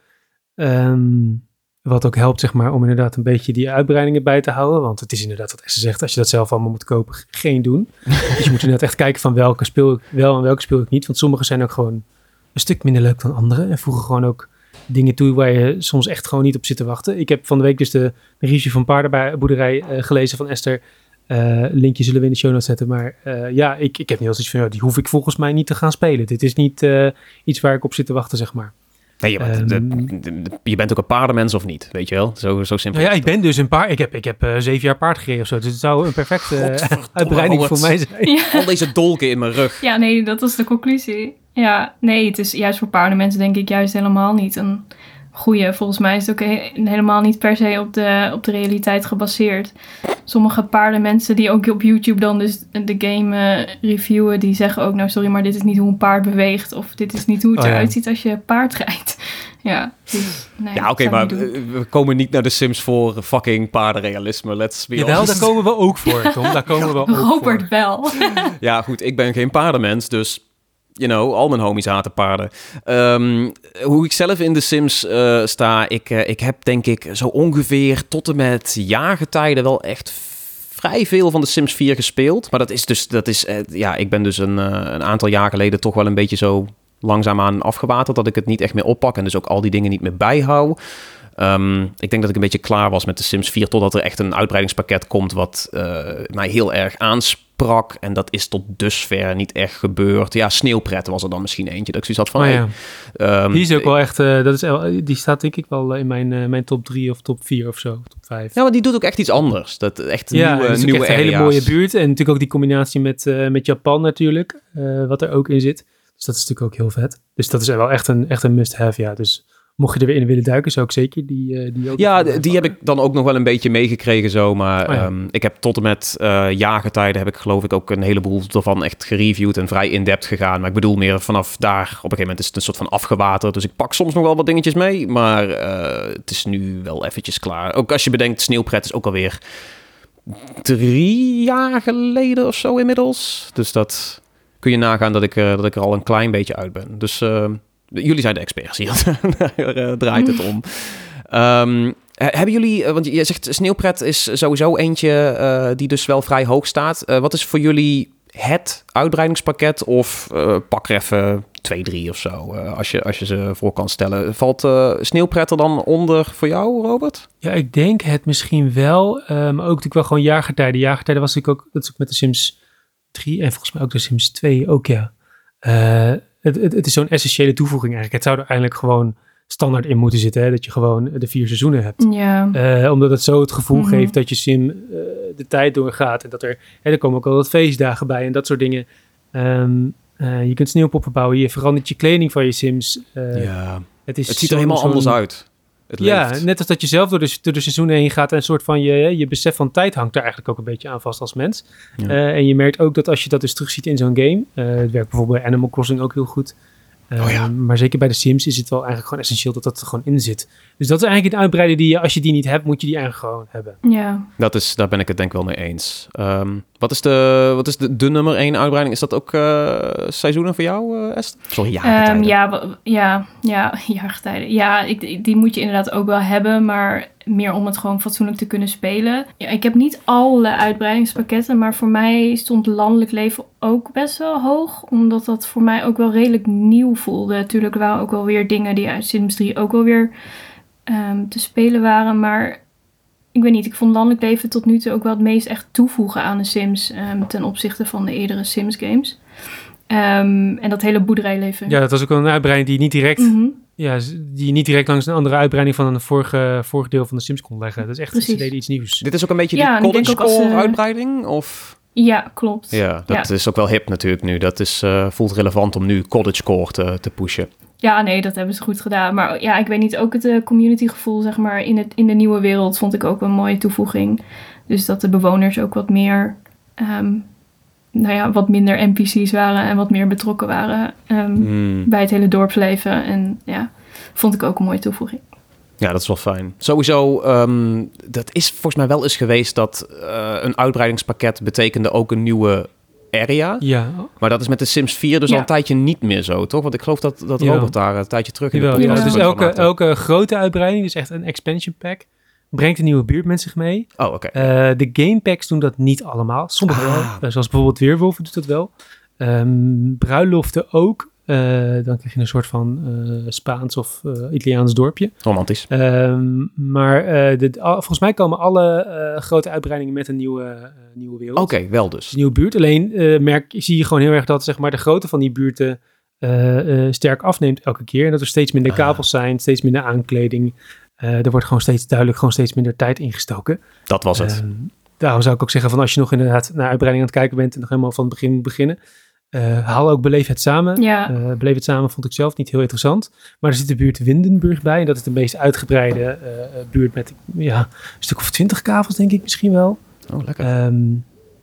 Um, wat ook helpt, zeg maar, om inderdaad een beetje die uitbreidingen bij te houden. Want het is inderdaad wat Esther zegt, als je dat zelf allemaal moet kopen, geen doen. Dus je moet inderdaad echt kijken van welke speel ik wel en welke speel ik niet. Want sommige zijn ook gewoon een stuk minder leuk dan andere. En voegen gewoon ook dingen toe waar je soms echt gewoon niet op zit te wachten. Ik heb van de week dus de, de review van Paardenboerderij uh, gelezen van Esther. Uh, linkje zullen we in de show notes zetten. Maar uh, ja, ik, ik heb niet als iets van, ja, die hoef ik volgens mij niet te gaan spelen. Dit is niet uh, iets waar ik op zit te wachten, zeg maar. Nee, je bent, um, de, de, de, je bent ook een paardenmens of niet, weet je wel? Zo, zo simpel. Nou ja, ik ben dus een paard. Ik heb, ik heb uh, zeven jaar paard gereden of zo. Dus het zou een perfecte uh, uitbreiding voor mij zijn. Ja. Al deze dolken in mijn rug. Ja, nee, dat is de conclusie. Ja, nee, het is juist voor paardenmensen denk ik juist helemaal niet een goeie. Volgens mij is het ook he- helemaal niet per se op de, op de realiteit gebaseerd. Sommige paardenmensen die ook op YouTube dan dus de game uh, reviewen, die zeggen ook, nou sorry, maar dit is niet hoe een paard beweegt. Of dit is niet hoe het oh, ja. eruit ziet als je paard rijdt. Ja, dus, nee, ja oké, okay, maar we komen niet naar de Sims voor fucking paardenrealisme. Let's be Jawel, honest. daar komen we ook voor, Tom. Daar komen we ook Robert voor. wel. Ja, goed, ik ben geen paardenmens, dus you know, al mijn homies haten paarden. Um, hoe ik zelf in de Sims uh, sta, ik, uh, ik heb denk ik zo ongeveer tot en met jaargetijden wel echt vrij veel van de Sims vier gespeeld. Maar dat is dus, dat is, uh, ja, ik ben dus een, uh, een aantal jaar geleden toch wel een beetje zo langzaamaan afgewaterd, dat ik het niet echt meer oppak en dus ook al die dingen niet meer bijhoud. Um, ik denk dat ik een beetje klaar was met de Sims vier, totdat er echt een uitbreidingspakket komt wat uh, mij heel erg aansprak. En dat is tot dusver niet echt gebeurd. Ja, Sneeuwpret was er dan misschien eentje. Dat ik zoiets had van... Oh, ja. hey, um, die is ook wel echt... Uh, dat is, die staat denk ik wel in mijn, uh, mijn top drie of top vier of zo. Top vijf. Ja, maar die doet ook echt iets anders. Dat echt ja, nieuwe, het is nieuwe echt een area's. hele mooie buurt. En natuurlijk ook die combinatie met, uh, met Japan natuurlijk. Uh, wat er ook in zit. Dus dat is natuurlijk ook heel vet. Dus dat is wel echt een, echt een must-have, ja. Dus mocht je er weer in willen duiken, zou ik zeker die... Uh, die ook ja, die, die heb ik dan ook nog wel een beetje meegekregen zo. Maar oh, ja. um, ik heb tot en met uh, jaargetijden heb ik geloof ik ook een heleboel ervan echt gereviewd en vrij in-depth gegaan. Maar ik bedoel meer vanaf daar, op een gegeven moment is het een soort van afgewaterd. Dus ik pak soms nog wel wat dingetjes mee. Maar uh, het is nu wel eventjes klaar. Ook als je bedenkt, Sneeuwpret is ook alweer drie jaar geleden of zo inmiddels. Dus dat kun je nagaan dat ik, uh, dat ik er al een klein beetje uit ben. Dus... Uh, jullie zijn de experts hier. Daar draait het om. Um, hebben jullie... Want je zegt Sneeuwpret is sowieso eentje uh, die dus wel vrij hoog staat. Uh, wat is voor jullie het uitbreidingspakket? Of uh, pak er even twee, drie of zo. Uh, als, je, als je ze voor kan stellen. Valt uh, Sneeuwpret er dan onder voor jou, Robert? Ja, ik denk het misschien wel. Uh, maar ook natuurlijk wel gewoon jaargetijden. Jaargetijden was natuurlijk ook... Dat is ook met de Sims drie en volgens mij ook de Sims twee ook, ja. Uh, Het, het, het is zo'n essentiële toevoeging eigenlijk. Het zou er eigenlijk gewoon standaard in moeten zitten. Hè? Dat je gewoon de vier seizoenen hebt. Ja. Uh, omdat het zo het gevoel mm-hmm. geeft dat je sim uh, de tijd doorgaat. En dat er, hè, er komen ook al wat feestdagen bij en dat soort dingen. Um, uh, je kunt sneeuwpoppen bouwen. Je verandert je kleding van je sims. Uh, ja. Het, is het ziet er helemaal anders uit. Het ja, leeft. net als dat je zelf door de, door de seizoenen heen gaat en een soort van je, je besef van tijd hangt er eigenlijk ook een beetje aan vast als mens. Ja. Uh, en je merkt ook dat als je dat dus terugziet in zo'n game, uh, het werkt bijvoorbeeld bij Animal Crossing ook heel goed. Uh, oh ja. Maar zeker bij de Sims is het wel eigenlijk gewoon essentieel dat dat er gewoon in zit. Dus dat is eigenlijk een uitbreiding die je, als je die niet hebt, moet je die eigenlijk gewoon hebben. Ja. Dat is, daar ben ik het denk ik wel mee eens. Um, Wat is de, wat is de, de nummer één uitbreiding? Is dat ook uh, seizoenen voor jou, uh, Esther? Sorry, jaargetijden. Um, ja, ja, ja, jaargetijden. Ja, ik, die moet je inderdaad ook wel hebben, maar meer om het gewoon fatsoenlijk te kunnen spelen. Ja, ik heb niet alle uitbreidingspakketten, maar voor mij stond landelijk leven ook best wel hoog, omdat dat voor mij ook wel redelijk nieuw voelde. Natuurlijk waren ook wel weer dingen die uit Sims drie ook wel weer um, te spelen waren, maar ik weet niet, ik vond landelijk leven tot nu toe ook wel het meest echt toevoegen aan de Sims um, ten opzichte van de eerdere Sims games. Um, en dat hele boerderijleven. Ja, dat was ook wel een uitbreiding die niet direct, Mm-hmm. ja, die niet direct langs een andere uitbreiding van een vorige, vorige deel van de Sims kon leggen. Dat is echt, ze deden iets nieuws. Dit is ook een beetje Ja, die cottagecore uh... uitbreiding? Of? Ja, klopt. Ja, dat ja. is ook wel hip natuurlijk nu. Dat is, uh, voelt relevant om nu cottagecore te, te pushen. Ja, nee, dat hebben ze goed gedaan. Maar ja, ik weet niet, ook het uh, communitygevoel, zeg maar, in, het, in de nieuwe wereld vond ik ook een mooie toevoeging. Dus dat de bewoners ook wat meer, um, nou ja, wat minder N P C's waren en wat meer betrokken waren um, mm. bij het hele dorpsleven. En ja, vond ik ook een mooie toevoeging. Ja, dat is wel fijn. Sowieso, um, dat is volgens mij wel eens geweest dat uh, een uitbreidingspakket betekende ook een nieuwe area. Ja. Maar dat is met de Sims vier dus ja. al een tijdje niet meer zo, toch? Want ik geloof dat, dat ja. Robert daar een tijdje terug in de podcast... Ja. Dus elke, elke grote uitbreiding, dus echt een expansion pack, brengt een nieuwe buurt met zich mee. Oh, oké. Okay. Uh, de game packs doen dat niet allemaal. Sommige ah. wel. Uh, zoals bijvoorbeeld Weerwolven doet dat wel. Um, bruiloften ook. Uh, dan krijg je een soort van uh, Spaans of uh, Italiaans dorpje. Romantisch. Um, maar uh, de, uh, volgens mij komen alle uh, grote uitbreidingen met een nieuwe, uh, nieuwe wereld. Oké, okay, wel dus. Een nieuwe buurt. Alleen uh, merk, zie je gewoon heel erg dat zeg maar, de grootte van die buurten uh, uh, sterk afneemt elke keer. En dat er steeds minder kabels ah. zijn, steeds minder aankleding. Uh, er wordt gewoon steeds duidelijk gewoon steeds minder tijd ingestoken. Dat was het. Uh, daarom zou ik ook zeggen van als je nog inderdaad naar uitbreiding aan het kijken bent en nog helemaal van het begin moet beginnen. Uh, haal ook Beleef het Samen. Ja. Uh, Beleef het Samen vond ik zelf niet heel interessant. Maar er zit de buurt Windenburg bij. En dat is de meest uitgebreide uh, buurt met ja, een stuk of twintig kavels, denk ik misschien wel. Oh, lekker. Um,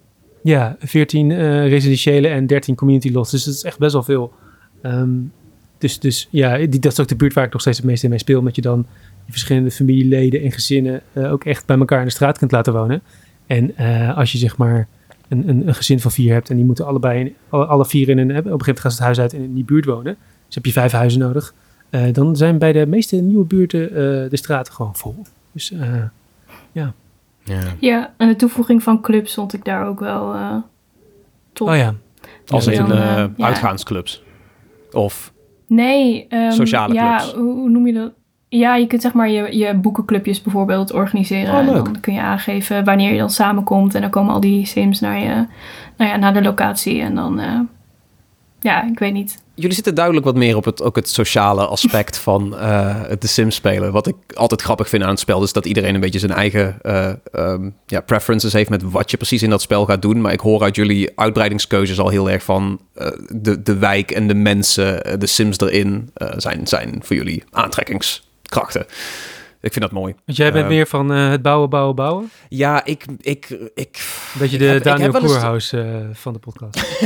ja, veertien uh, residentiële en dertien community lots. Dus dat is echt best wel veel. Um, dus, dus ja, die, dat is ook de buurt waar ik nog steeds het meeste mee speel. Omdat je dan je verschillende familieleden en gezinnen uh, ook echt bij elkaar in de straat kunt laten wonen. En uh, als je zeg maar Een, een, een gezin van vier hebt en die moeten allebei in, alle, alle vier in een, op een gegeven moment gaan ze het huis uit en in die buurt wonen. Dus heb je vijf huizen nodig. Uh, dan zijn bij de meeste nieuwe buurten uh, de straten gewoon vol. Dus uh, ja. ja. Ja, en de toevoeging van clubs vond ik daar ook wel uh, top. Oh ja. Als in uh, ja. uitgaansclubs? Of nee, um, sociale ja, clubs? Hoe, hoe noem je dat? Ja, je kunt zeg maar je, je boekenclubjes bijvoorbeeld organiseren. Oh, leuk. En dan kun je aangeven wanneer je dan samenkomt. En dan komen al die Sims naar, je, nou ja, naar de locatie. En dan, uh, ja, ik weet niet. Jullie zitten duidelijk wat meer op het, ook het sociale aspect van uh, de Sims spelen. Wat ik altijd grappig vind aan het spel, is dat iedereen een beetje zijn eigen uh, um, ja, preferences heeft met wat je precies in dat spel gaat doen. Maar ik hoor uit jullie uitbreidingskeuzes al heel erg van uh, de, de wijk en de mensen, uh, de Sims erin, uh, zijn, zijn voor jullie aantrekkingskrachten. Ik vind dat mooi. Want jij bent uh, meer van uh, het bouwen, bouwen, bouwen? Ja, ik... ik, ik Een beetje de heb, Daniel Koerhuis uh, van de podcast.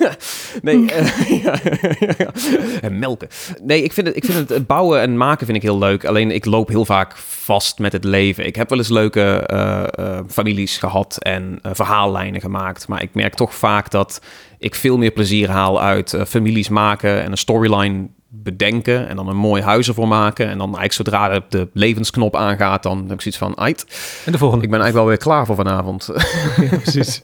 nee, uh, ja, ja, ja. En melken. Nee, ik vind, het, ik vind het, het bouwen en maken vind ik heel leuk. Alleen ik loop heel vaak vast met het leven. Ik heb wel eens leuke uh, uh, families gehad en uh, verhaallijnen gemaakt. Maar ik merk toch vaak dat ik veel meer plezier haal uit uh, families maken en een storyline bedenken en dan een mooi huis ervoor maken. En dan eigenlijk zodra de, de levensknop aangaat, dan heb ik zoiets van, ait. En de volgende. Ik ben eigenlijk wel weer klaar voor vanavond. Ja, precies.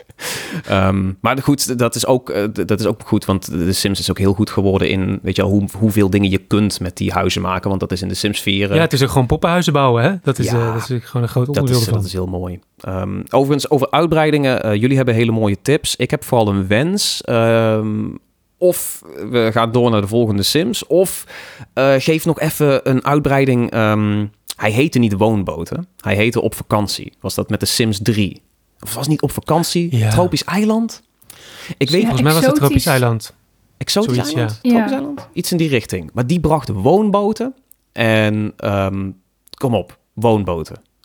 um, maar goed, dat is, ook, uh, dat is ook goed, want de Sims is ook heel goed geworden in, weet je wel, hoe, hoeveel dingen je kunt met die huizen maken, want dat is in de Sims vier. Uh, ja, het is ook gewoon poppenhuizen bouwen, hè? Dat is, ja, uh, dat is gewoon een groot onderdeel dat is, ervan. Dat is heel mooi. Um, overigens, over uitbreidingen, uh, jullie hebben hele mooie tips. Ik heb vooral een wens. Um, Of we gaan door naar de volgende Sims. Of uh, geef nog even een uitbreiding. Um, hij heette niet Woonboten. Hij heette Op Vakantie. Was dat met de Sims drie? Of was het niet Op Vakantie? Ja. Tropisch Eiland? Ik weet, ja, volgens mij was het Tropisch Eiland. Exotisch Zoiets, Eiland? Ja. Tropisch Ja. Eiland? Iets in die richting. Maar die bracht woonboten. En um, kom op, woonboten.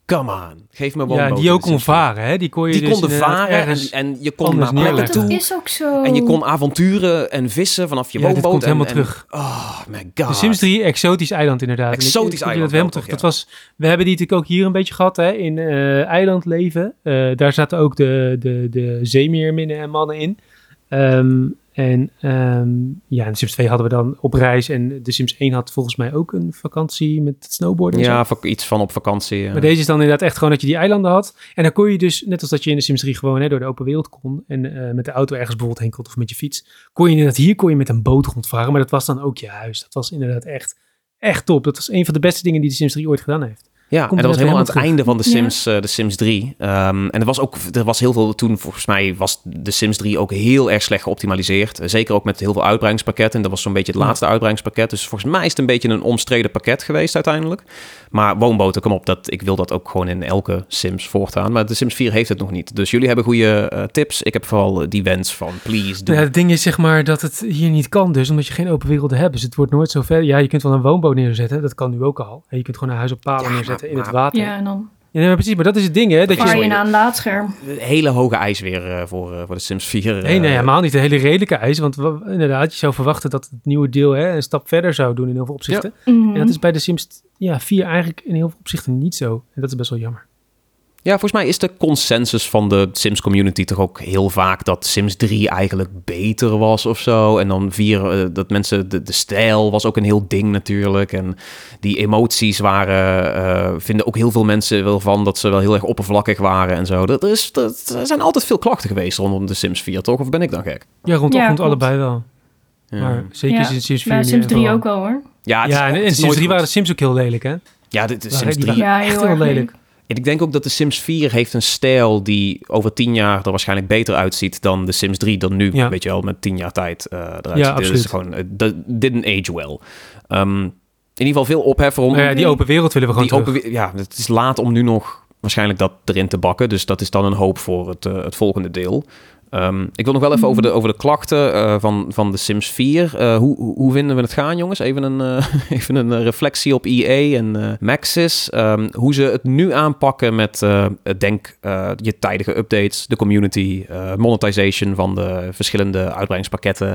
come on. Geef me Ja, woonboten. die ook in kon Sims vier. varen, hè? Die kon je Die dus konden inderdaad varen en, ergens en je kon anders naar plekken neerleggen. Dat toe. is ook zo. En je kon avonturen en vissen vanaf je Ja, dit woonboot. komt en, helemaal en- terug. Oh my god. De Sims drie, exotisch eiland inderdaad. En ik- Exotisch ik vond eiland, Dat, helemaal wel terug. toch, Dat was, we hebben die natuurlijk ook hier een beetje gehad, hè? In eh eilandleven. Eh, daar zaten ook de, de, de zeemeerminnen en mannen in. Ehm, en ehm, ja, in de Sims twee hadden we dan op reis. En de Sims één had volgens mij ook een vakantie met het snowboarden en zo. Ja, vak- iets van op vakantie. ja. Maar deze is dan inderdaad echt gewoon dat je die eilanden had. En dan kon je dus, net als dat je in de Sims drie gewoon hè, door de open wereld kon. En eh, met de auto ergens bijvoorbeeld heen kon of met je fiets. Kon je inderdaad, hier kon je met een boot rondvaren. Maar dat was dan ook je huis. Dat was inderdaad echt, echt top. Dat was een van de beste dingen die de Sims drie ooit gedaan heeft. Ja, Komt en dat was net helemaal aan het helemaal einde van de terug. Sims, eh, de Sims drie. Ehm, en er was ook er was heel veel toen, volgens mij was de Sims drie ook heel erg slecht geoptimaliseerd. Eh, Zeker ook met heel veel uitbreidingspakketten. En dat was zo'n beetje het Ja. laatste uitbreidingspakket. Dus volgens mij is het een beetje een omstreden pakket geweest uiteindelijk. Maar woonboten, kom op, dat, ik wil dat ook gewoon in elke Sims voortaan. Maar de Sims vier heeft het nog niet. Dus jullie hebben goede eh, tips. Ik heb vooral eh, die wens van, please, doe. Ja, het ding is zeg maar dat het hier niet kan dus. Omdat je geen open werelden hebt. Dus het wordt nooit zo ver. Ja, je kunt wel een woonboot neerzetten. Dat kan nu ook al. En je kunt gewoon een huis op palen Ja, neerzetten in maar- het water. Ja, en dan Ja, nee, maar precies. Maar dat is het ding hè. Dat vaar je... je naar een laadscherm. Hele hoge eis weer eh, voor, eh, voor de Sims vier. eh. Nee, nee, helemaal niet. Een hele redelijke eis. Want we- inderdaad, je zou verwachten dat het nieuwe deel hè, een stap verder zou doen in heel veel opzichten. Mhm. En dat is bij de Sims ja, vier eigenlijk in heel veel opzichten niet zo. En dat is best wel jammer. Ja, volgens mij is de consensus van de Sims community toch ook heel vaak dat Sims drie eigenlijk beter was of zo. En dan vier, eh, dat mensen, de, de stijl was ook een heel ding natuurlijk. En die emoties waren, eh, vinden ook heel veel mensen wel van dat ze wel heel erg oppervlakkig waren en zo. Dat is, dat, er zijn altijd veel klachten geweest rondom de Sims vier, toch? Of ben ik dan gek? Ja, rond, Ja, rond klopt. allebei wel. Ja, Maar zeker Ja, is in Sims vier Maar meer Sims en drie vooral- ook wel hoor. ja, het is- Ja, en het in is Sims nooit drie waren de goed. Sims ook heel lelijk, hè? Ja, dit is Waren- Sims die drie. waren Ja, echt heel heel erg lelijk. lelijk. En ik denk ook dat de Sims vier heeft een stijl die over tien jaar er waarschijnlijk beter uitziet dan de Sims drie er nu, Ja. weet je wel, met tien jaar tijd eh eruit Ja, ziet. Dit absoluut. is gewoon, eh, dat didn't age well. Um, in ieder geval veel ophef rond. Maar ja, die open wereld willen we gewoon die terug. open, we- ja, het is laat om nu nog waarschijnlijk dat erin te bakken. Dus dat is dan een hoop voor het, eh, het volgende deel. Um, ik wil nog wel even over de, over de klachten uh, van, van de Sims vier. Uh, hoe, hoe hoe vinden we het gaan, jongens? Even een, uh, even een uh, reflectie op E A en uh, Maxis. Um, hoe ze het nu aanpakken met, uh, denk, uh, je tijdige updates, de community, uh, monetization van de verschillende uitbreidingspakketten.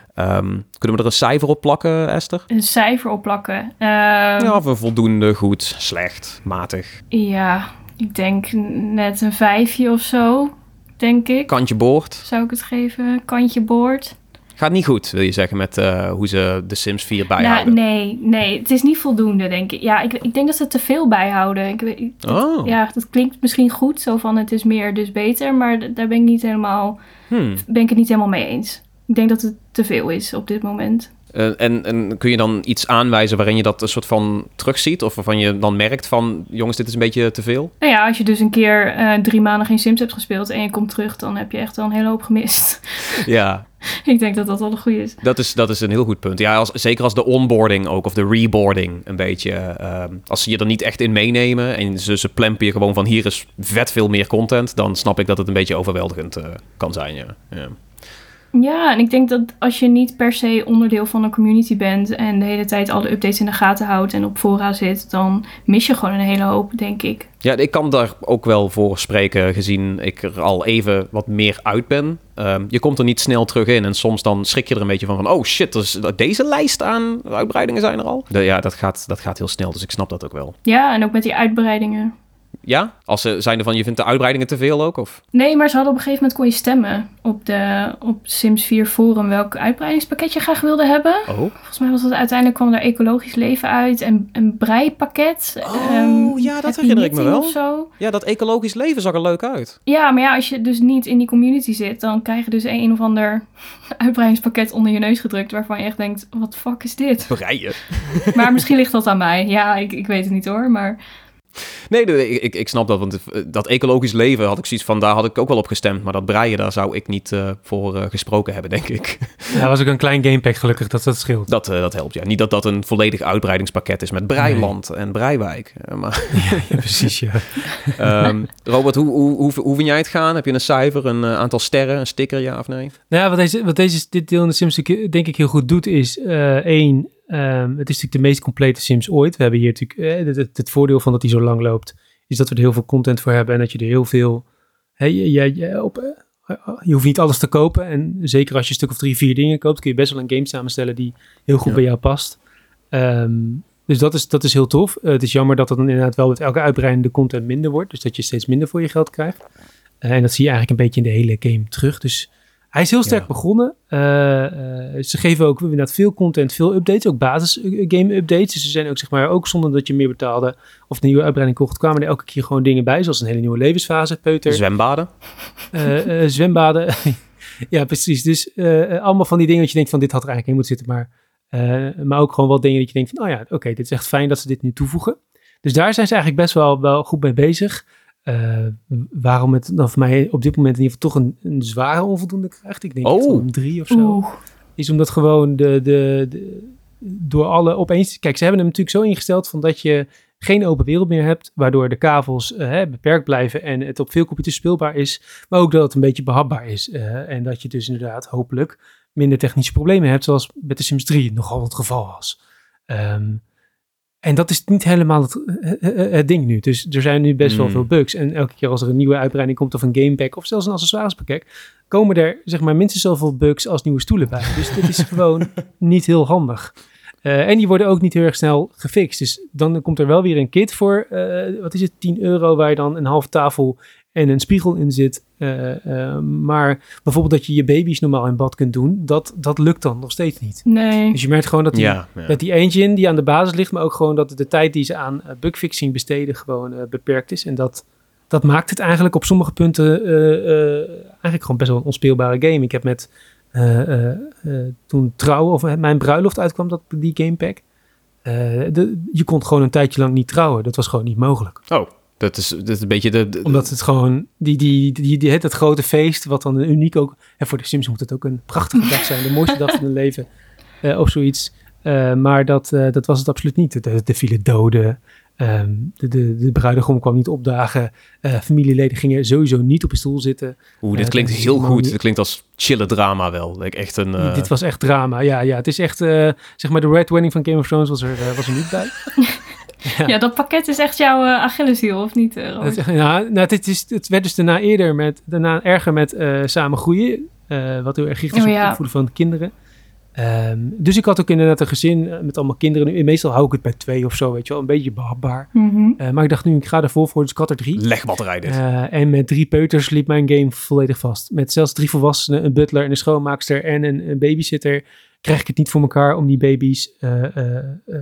Um, kunnen we er een cijfer op plakken, Esther? Een cijfer opplakken. Um, Ja, of een voldoende, goed, slecht, matig. ja, ik denk net een vijfje of zo, denk ik. Kantje boord. Zou ik het geven? Kantje boord. Gaat niet goed, wil je zeggen, met uh, hoe ze de Sims vier Nou, bijhouden? nee, nee, het is niet voldoende, denk ik. Ja, ik, ik denk dat ze te veel bijhouden. Ik, weet- het- Oh. Ja, dat klinkt misschien goed, zo van het is meer, dus beter. Maar d- daar ben ik, niet helemaal, Hmm. ben ik het niet helemaal mee eens. Ik denk dat het te veel is op dit moment. Uh, en, en kun je dan iets aanwijzen waarin je dat een soort van terugziet? Of waarvan je dan merkt van, jongens, dit is een beetje te veel? Nou ja, als je dus een keer eh, drie maanden geen Sims hebt gespeeld en je komt terug, dan heb je echt wel een hele hoop gemist. Ja, Ik denk dat dat wel een goede is. dat is, dat is een heel goed punt. Ja, als, zeker als de onboarding ook, of de reboarding een beetje. Uh, als ze je er niet echt in meenemen en ze, ze plempen je gewoon van hier is vet veel meer content, dan snap ik dat het een beetje overweldigend uh, kan zijn, ja. ja. Ja, en ik denk dat als je niet per se onderdeel van een community bent en de hele tijd alle updates in de gaten houdt en op fora zit, dan mis je gewoon een hele hoop, denk ik. Ja, ik kan daar ook wel voor spreken, gezien ik er al even wat meer uit ben. Um, je komt er niet snel terug in en soms dan schrik je er een beetje van, van oh shit, dus deze lijst aan uitbreidingen zijn er al. De, ja, dat gaat, dat gaat heel snel, dus ik snap dat ook wel. Ja, en ook met die uitbreidingen. Ja? Als ze zijn er van, je vindt de uitbreidingen te veel ook? Of? Nee, maar ze hadden op een gegeven moment kon je stemmen op de op Sims vier forum welk uitbreidingspakket je graag wilde hebben. Oh, Volgens mij was dat uiteindelijk kwam er ecologisch leven uit en een breipakket. oh um, ja, dat happy herinner ik me knitting wel. of zo. Ja, dat ecologisch leven zag er leuk uit. Ja, maar ja, als je dus niet in die community zit, dan krijg je dus een of ander uitbreidingspakket onder je neus gedrukt waarvan je echt denkt, wat fuck is dit? Breien. Maar misschien ligt dat aan mij. Ja, ik, ik weet het niet hoor, maar... Nee, nee, ik, ik, ik snap dat, want dat ecologisch leven had ik zoiets van, daar had ik ook wel op gestemd. Maar dat breien, daar zou ik niet uh, voor uh, gesproken hebben, denk ik. Ja, dat was ook een klein gamepack gelukkig, dat dat scheelt. Dat, uh, dat helpt, ja. Niet dat dat een volledig uitbreidingspakket is met Breiland nee. en Breiwijk. Uh, maar ja, ja, precies, ja. um, Robert, hoe, hoe, hoe, hoe vind jij het gaan? Heb je een cijfer, een uh, aantal sterren, een sticker, ja of nee? Nou ja, wat, deze, wat deze, dit deel in de Sims denk ik heel goed doet, is uh, één... Um, het is natuurlijk de meest complete Sims ooit. We hebben hier natuurlijk uh, het, het, het voordeel van dat hij zo lang loopt. is dat we er heel veel content voor hebben en dat je er heel veel... Hey, je, je, op, je hoeft niet alles te kopen en zeker als je een stuk of drie, vier dingen koopt, kun je best wel een game samenstellen die heel goed ja. bij jou past. Um, dus dat is, dat is heel tof. Uh, het is jammer dat het dan inderdaad wel met elke uitbreiding de content minder wordt, dus dat je steeds minder voor je geld krijgt. Uh, en dat zie je eigenlijk een beetje in de hele game terug. Dus hij is heel sterk ja. begonnen. Uh, uh, ze geven ook inderdaad veel content, veel updates, ook basis game updates. Dus ze zijn ook, zeg maar, ook zonder dat je meer betaalde of een nieuwe uitbreiding kocht, kwamen er elke keer gewoon dingen bij, zoals een hele nieuwe levensfase, peuter. Zwembaden. Uh, uh, zwembaden. Ja, precies. Dus uh, allemaal van die dingen dat je denkt van dit had er eigenlijk in moeten zitten, maar, uh, maar ook gewoon wat dingen dat je denkt van, oh ja, oké, okay, dit is echt fijn dat ze dit nu toevoegen. Dus daar zijn ze eigenlijk best wel, wel goed mee bezig. Uh, waarom het dan voor mij op dit moment in ieder geval toch een, een zware onvoldoende krijgt. Ik denk oh. een drie of zo. Oeh. Is omdat gewoon de, de, de door alle opeens... Kijk, ze hebben hem natuurlijk zo ingesteld van dat je geen open wereld meer hebt, waardoor de kavels uh, hè, beperkt blijven en het op veel computers speelbaar is, maar ook dat het een beetje behapbaar is. Uh, en dat je dus inderdaad hopelijk minder technische problemen hebt, zoals met de Sims drie nogal het geval was. Um, En dat is niet helemaal het, het ding nu. Dus er zijn nu best wel mm. veel bugs. En elke keer als er een nieuwe uitbreiding komt of een gamepack of zelfs een accessoirespakket, komen er zeg maar minstens zoveel bugs als nieuwe stoelen bij. Dus dit is gewoon niet heel handig. Uh, en die worden ook niet heel erg snel gefixt. Dus dan komt er wel weer een kit voor, uh, wat is het, tien euro, waar je dan een halve tafel en een spiegel in zit. Uh, uh, maar bijvoorbeeld dat je je baby's normaal in bad kunt doen, dat, dat lukt dan nog steeds niet. Nee. Dus je merkt gewoon dat die, ja, ja. dat die engine die aan de basis ligt, maar ook gewoon dat de tijd die ze aan uh, bugfixing besteden gewoon uh, beperkt is. En dat, dat maakt het eigenlijk op sommige punten uh, uh, eigenlijk gewoon best wel een onspeelbare game. Ik heb met uh, uh, uh, toen trouwen of uh, mijn bruiloft uitkwam, dat die gamepack, uh, de, je kon gewoon een tijdje lang niet trouwen. Dat was gewoon niet mogelijk. Oh. Dat is, dat is een beetje de, de... Omdat het gewoon... Die, die, die, die, het, het grote feest, wat dan een uniek ook... En voor de Sims moet het ook een prachtige dag zijn. De mooiste dag van hun leven. Uh, of zoiets. Uh, maar dat, uh, dat was het absoluut niet. Er vielen doden. Um, de, de, de bruidegom kwam niet opdagen. Uh, familieleden gingen sowieso niet op een stoel zitten. Oeh, dit uh, klinkt heel goed. Niet... Dit klinkt als chille drama wel. Like echt een, uh... Dit was echt drama, ja. ja. Het is echt... Uh, zeg maar de Red Wedding van Game of Thrones was er, uh, was er niet bij. Ja. ja, dat pakket is echt jouw uh, Achilleshiel, of niet? Uh, het, ja, nou, het, is, het werd dus daarna eerder met, daarna erger met uh, samen groeien. Uh, wat heel erg gericht is oh, op ja. het opvoeden van kinderen. Um, dus ik had ook inderdaad een gezin uh, met allemaal kinderen. Meestal hou ik het bij twee of zo, weet je wel. Een beetje behapbaar. Mm-hmm. Uh, maar ik dacht nu, ik ga er vol voor, dus ik had er drie. Legbatterij dit. Uh, en met drie peuters liep mijn game volledig vast. Met zelfs drie volwassenen, een butler en een schoonmaakster en een, een babysitter, krijg ik het niet voor elkaar om die baby's uh, uh, uh,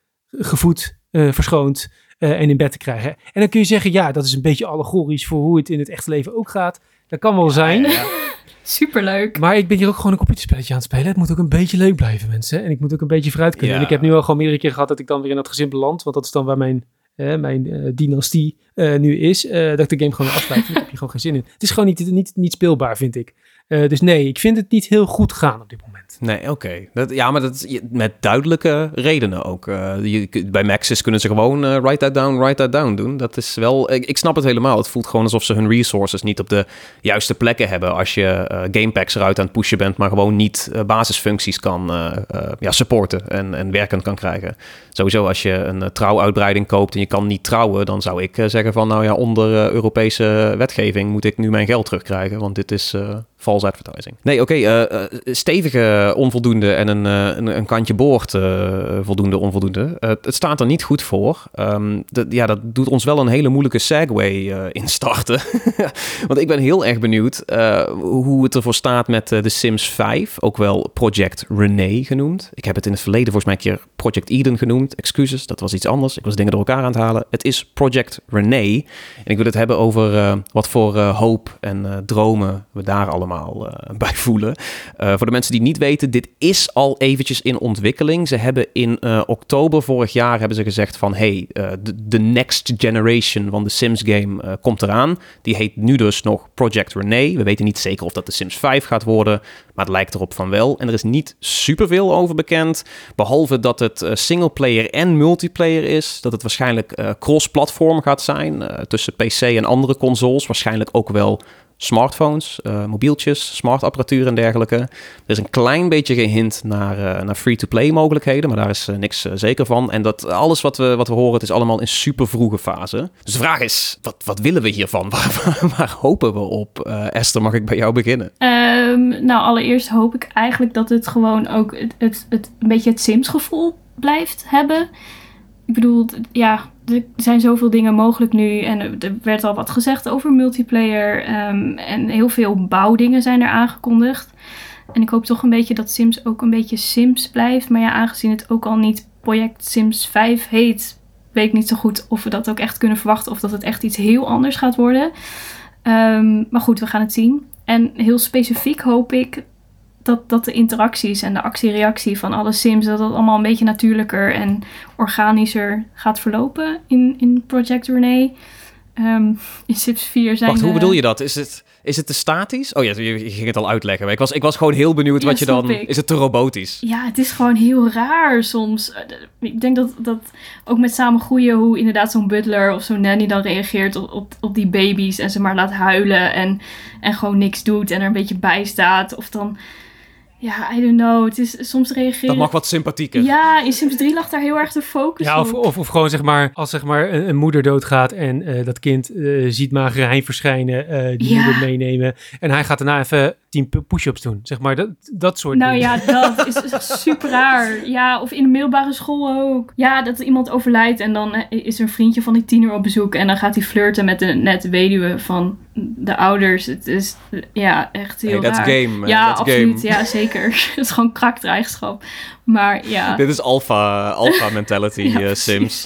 gevoed, uh, verschoond uh, en in bed te krijgen. En dan kun je zeggen, ja, dat is een beetje allegorisch voor hoe het in het echte leven ook gaat. Dat kan wel zijn. Ja, ja. Superleuk. Maar ik ben hier ook gewoon een computerspelletje aan het spelen. Het moet ook een beetje leuk blijven, mensen. En ik moet ook een beetje vooruit kunnen. Ja. En ik heb nu al gewoon meerdere keer gehad dat ik dan weer in dat gezin beland. Want dat is dan waar mijn, eh, mijn uh, dynastie uh, nu is. Uh, dat ik de game gewoon afsluit. Daar heb je gewoon geen zin in. Het is gewoon niet, niet, niet speelbaar, vind ik. Uh, dus nee, ik vind het niet heel goed gaan op dit moment. Nee, oké. Okay. Ja, maar dat is met duidelijke redenen ook. Uh, je, bij Maxis kunnen ze gewoon uh, write that down, write that down doen. Dat is wel... Ik, ik snap het helemaal. Het voelt gewoon alsof ze hun resources niet op de juiste plekken hebben. Als je uh, gamepacks eruit aan het pushen bent, maar gewoon niet uh, basisfuncties kan uh, uh, ja, supporten en, en werkend kan krijgen. Sowieso als je een uh, trouwuitbreiding koopt en je kan niet trouwen, dan zou ik uh, zeggen van, nou ja, onder uh, Europese wetgeving moet ik nu mijn geld terugkrijgen, want dit is uh, false advertising. Nee, oké, okay, uh, uh, stevige onvoldoende en een, uh, een, een kantje boord uh, voldoende onvoldoende. Uh, het staat er niet goed voor. Um, de, ja, dat doet ons wel een hele moeilijke segue uh, instarten. Want ik ben heel erg benieuwd uh, hoe het ervoor staat met uh, The Sims vijf, ook wel Project Renee genoemd. Ik heb het in het verleden volgens mij een keer Project Eden genoemd. Excuses, dat was iets anders. Ik was dingen door elkaar aan het halen. Het is Project Renee. En ik wil het hebben over uh, wat voor uh, hoop en uh, dromen we daar allemaal uh, bij voelen. Uh, voor de mensen die niet weten, dit is al eventjes in ontwikkeling. Ze hebben in uh, oktober vorig jaar hebben ze gezegd van hey, uh, de, de next generation van de Sims game uh, komt eraan. Die heet nu dus nog Project Renee. We weten niet zeker of dat de Sims vijf gaat worden, maar het lijkt erop van wel. En er is niet superveel over bekend, behalve dat het uh, singleplayer en multiplayer is. Dat het waarschijnlijk uh, cross-platform gaat zijn uh, tussen P C en andere consoles. Waarschijnlijk ook wel smartphones, uh, mobieltjes, smartapparatuur en dergelijke. Er is een klein beetje gehint naar, uh, naar free-to-play mogelijkheden, maar daar is uh, niks uh, zeker van. En dat alles wat we, wat we horen, het is allemaal in super vroege fase. Dus de vraag is, wat, wat willen we hiervan? Waar, waar, waar hopen we op? Uh, Esther, mag ik bij jou beginnen? Um, nou, allereerst hoop ik eigenlijk dat het gewoon ook het, het, het, een beetje het Sims-gevoel blijft hebben. Ik bedoel, ja, er zijn zoveel dingen mogelijk nu. En er werd al wat gezegd over multiplayer. Um, en heel veel bouwdingen zijn er aangekondigd. En ik hoop toch een beetje dat Sims ook een beetje Sims blijft. Maar ja, aangezien het ook al niet Project Sims vijf heet, weet ik niet zo goed of we dat ook echt kunnen verwachten. Of dat het echt iets heel anders gaat worden. Um, maar goed, we gaan het zien. En heel specifiek hoop ik dat, dat de interacties en de actie-reactie van alle Sims, dat dat allemaal een beetje natuurlijker en organischer gaat verlopen in, in Project Renee. Um, in Sims vier zijn... Wacht, hoe de... bedoel je dat? Is het, is het te statisch? Oh ja, je, je ging het al uitleggen. Maar ik was, ik was gewoon heel benieuwd Ja, wat je dan... snap ik. Is het te robotisch? Ja, het is gewoon heel raar soms. Ik denk dat, dat ook met samen groeien, hoe inderdaad zo'n butler of zo'n nanny dan reageert op, op, op die baby's en ze maar laat huilen en, en gewoon niks doet en er een beetje bij staat. Of dan... Ja, I don't know. Het is soms reageren... Dat mag wat sympathieker. Ja, in Sims drie lag daar heel erg de focus Ja, of, op. of, of gewoon zeg maar, als zeg maar een, een moeder doodgaat en uh, dat kind uh, ziet magere Hein verschijnen, uh, die Ja. moeder meenemen. En hij gaat daarna even tien push-ups doen. Zeg maar, dat, dat soort Nou dingen. ja, dat is super raar. Ja, of in de middelbare school ook. Ja, dat iemand overlijdt en dan is er een vriendje van die tiener op bezoek en dan gaat hij flirten met de net weduwe van de ouders. Het is ja echt heel Hey, that's raar. game, man. Ja, That's absoluut. game. Ja, zeker. Het is gewoon karaktereigenschap. Maar ja. Dit is alpha, alpha mentality, Ja, uh, precies. Sims.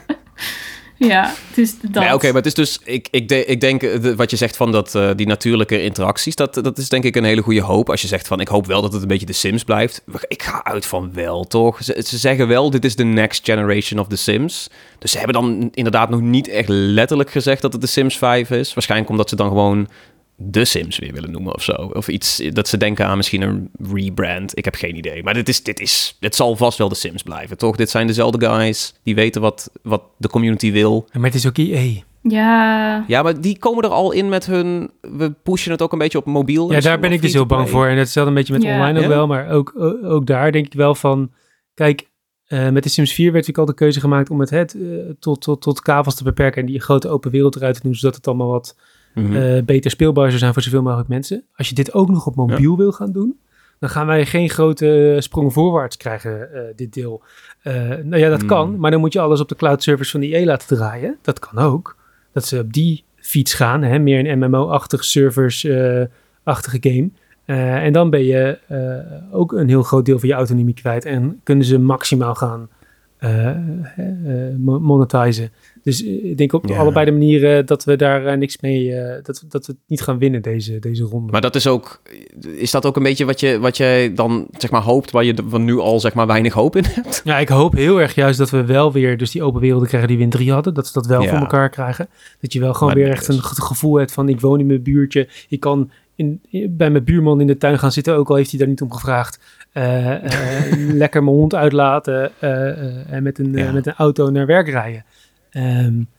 Ja, het is dat. Ja, oké, okay, maar het is dus... Ik, ik, de, ik denk, de, wat je zegt van dat, uh, die natuurlijke interacties, dat, dat is denk ik een hele goede hoop. Als je zegt van, ik hoop wel dat het een beetje de Sims blijft. Ik ga uit van wel, toch? Ze, ze zeggen wel, dit is de next generation of the Sims. Dus ze hebben dan inderdaad nog niet echt letterlijk gezegd dat het de Sims vijf is. Waarschijnlijk omdat ze dan gewoon de Sims weer willen noemen of zo. Of iets dat ze denken aan misschien een rebrand. Ik heb geen idee. Maar dit is, dit is, het zal vast wel de Sims blijven, toch? Dit zijn dezelfde guys. Die weten wat, wat de community wil. Ja, maar het is ook E A. Ja. Ja, maar die komen er al in met hun... We pushen het ook een beetje op mobiel. Ja, daar ben ik dus heel bang voor. En hetzelfde een beetje met Ja. online ook Ja? wel. Maar ook, ook, ook daar denk ik wel van... Kijk, uh, met de Sims vier werd natuurlijk al de keuze gemaakt om het, het uh, tot, tot, tot kavels te beperken. En die grote open wereld eruit te doen, zodat het allemaal wat Mm-hmm. uh, beter speelbaar zou zijn voor zoveel mogelijk mensen. Als je dit ook nog op mobiel ja. wil gaan doen, dan gaan wij geen grote sprongen voorwaarts krijgen, uh, dit deel. Uh, nou ja, dat mm. kan, maar dan moet je alles op de cloud servers van E A laten draaien. Dat kan ook. Dat ze op die fiets gaan, hè? Meer een M M O-achtig servers-achtige uh, game. Uh, en dan ben je uh, ook een heel groot deel van je autonomie kwijt en kunnen ze maximaal gaan uh, uh, monetizen. Dus ik denk op ja. allebei de manieren dat we daar uh, niks mee, uh, dat, dat we het niet gaan winnen deze, deze ronde. Maar dat is ook, is dat ook een beetje wat je, wat jij dan zeg maar hoopt, waar je van nu al zeg maar weinig hoop in hebt? Ja, ik hoop heel erg juist dat we wel weer dus die open werelden krijgen die we in drie hadden. Dat ze dat wel ja. voor elkaar krijgen. Dat je wel gewoon maar weer echt een gevoel hebt van ik woon in mijn buurtje. Ik kan in, bij mijn buurman in de tuin gaan zitten, ook al heeft hij daar niet om gevraagd. Uh, uh, lekker mijn hond uitlaten uh, uh, en met een, ja. uh, met een auto naar werk rijden. Um,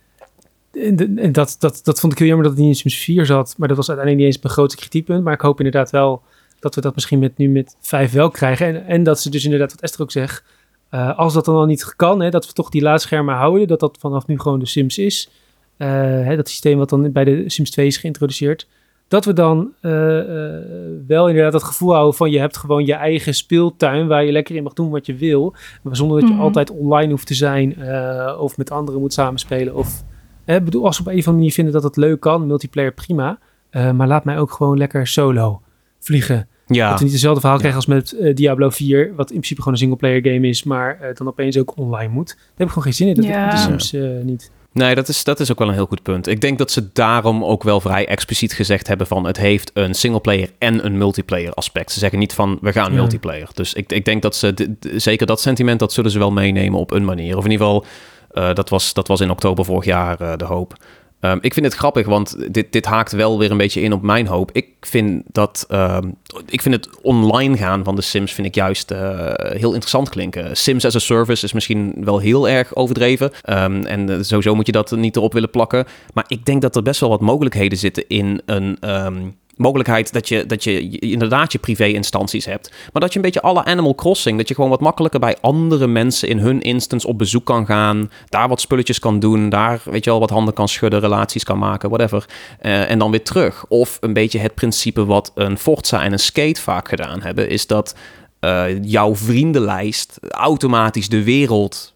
en en dat, dat, dat vond ik heel jammer dat het niet in Sims vier zat. Maar dat was uiteindelijk niet eens mijn grootste kritiekpunt. Maar ik hoop inderdaad wel dat we dat misschien met, nu met vijf wel krijgen. En, en dat ze dus inderdaad, wat Esther ook zegt, uh, als dat dan al niet kan, hè, dat we toch die laadschermen houden. Dat dat vanaf nu gewoon de Sims is. Uh, hè, dat systeem wat dan bij de Sims twee is geïntroduceerd. Dat we dan uh, uh, wel inderdaad het gevoel houden van je hebt gewoon je eigen speeltuin waar je lekker in mag doen wat je wil. Zonder dat je mm-hmm. altijd online hoeft te zijn uh, of met anderen moet samenspelen. Of eh, bedoel, als we op een of andere manier vinden dat het leuk kan, multiplayer prima. Uh, maar laat mij ook gewoon lekker solo vliegen. Ja. Dat we niet dezelfde verhaal krijgen als met uh, Diablo vier, wat in principe gewoon een singleplayer game is, maar uh, dan opeens ook online moet. Daar heb ik gewoon geen zin in. Dat ja. heb ik met de Sims uh, niet. Nee, dat is, dat is ook wel een heel goed punt. Ik denk dat ze daarom ook wel vrij expliciet gezegd hebben van het heeft een singleplayer en een multiplayer aspect. Ze zeggen niet van we gaan ja. multiplayer. Dus ik, ik denk dat ze, d- d- zeker dat sentiment, dat zullen ze wel meenemen op een manier. Of in ieder geval, uh, dat, was, dat was in oktober vorig jaar uh, de hoop. Um, ik vind het grappig, want dit, dit haakt wel weer een beetje in op mijn hoop. Ik vind dat, um, ik vind het online gaan van de Sims vind ik juist uh, heel interessant klinken. Sims as a service is misschien wel heel erg overdreven. Um, en uh, sowieso moet je dat niet erop willen plakken. Maar ik denk dat er best wel wat mogelijkheden zitten in een... Um, mogelijkheid dat je, dat je inderdaad je privé-instanties hebt. Maar dat je een beetje alle Animal Crossing... dat je gewoon wat makkelijker bij andere mensen in hun instance op bezoek kan gaan. Daar wat spulletjes kan doen. Daar, weet je wel, wat handen kan schudden, relaties kan maken, whatever. Uh, en dan weer terug. Of een beetje het principe wat een Forza en een Skate vaak gedaan hebben... is dat uh, jouw vriendenlijst automatisch de wereld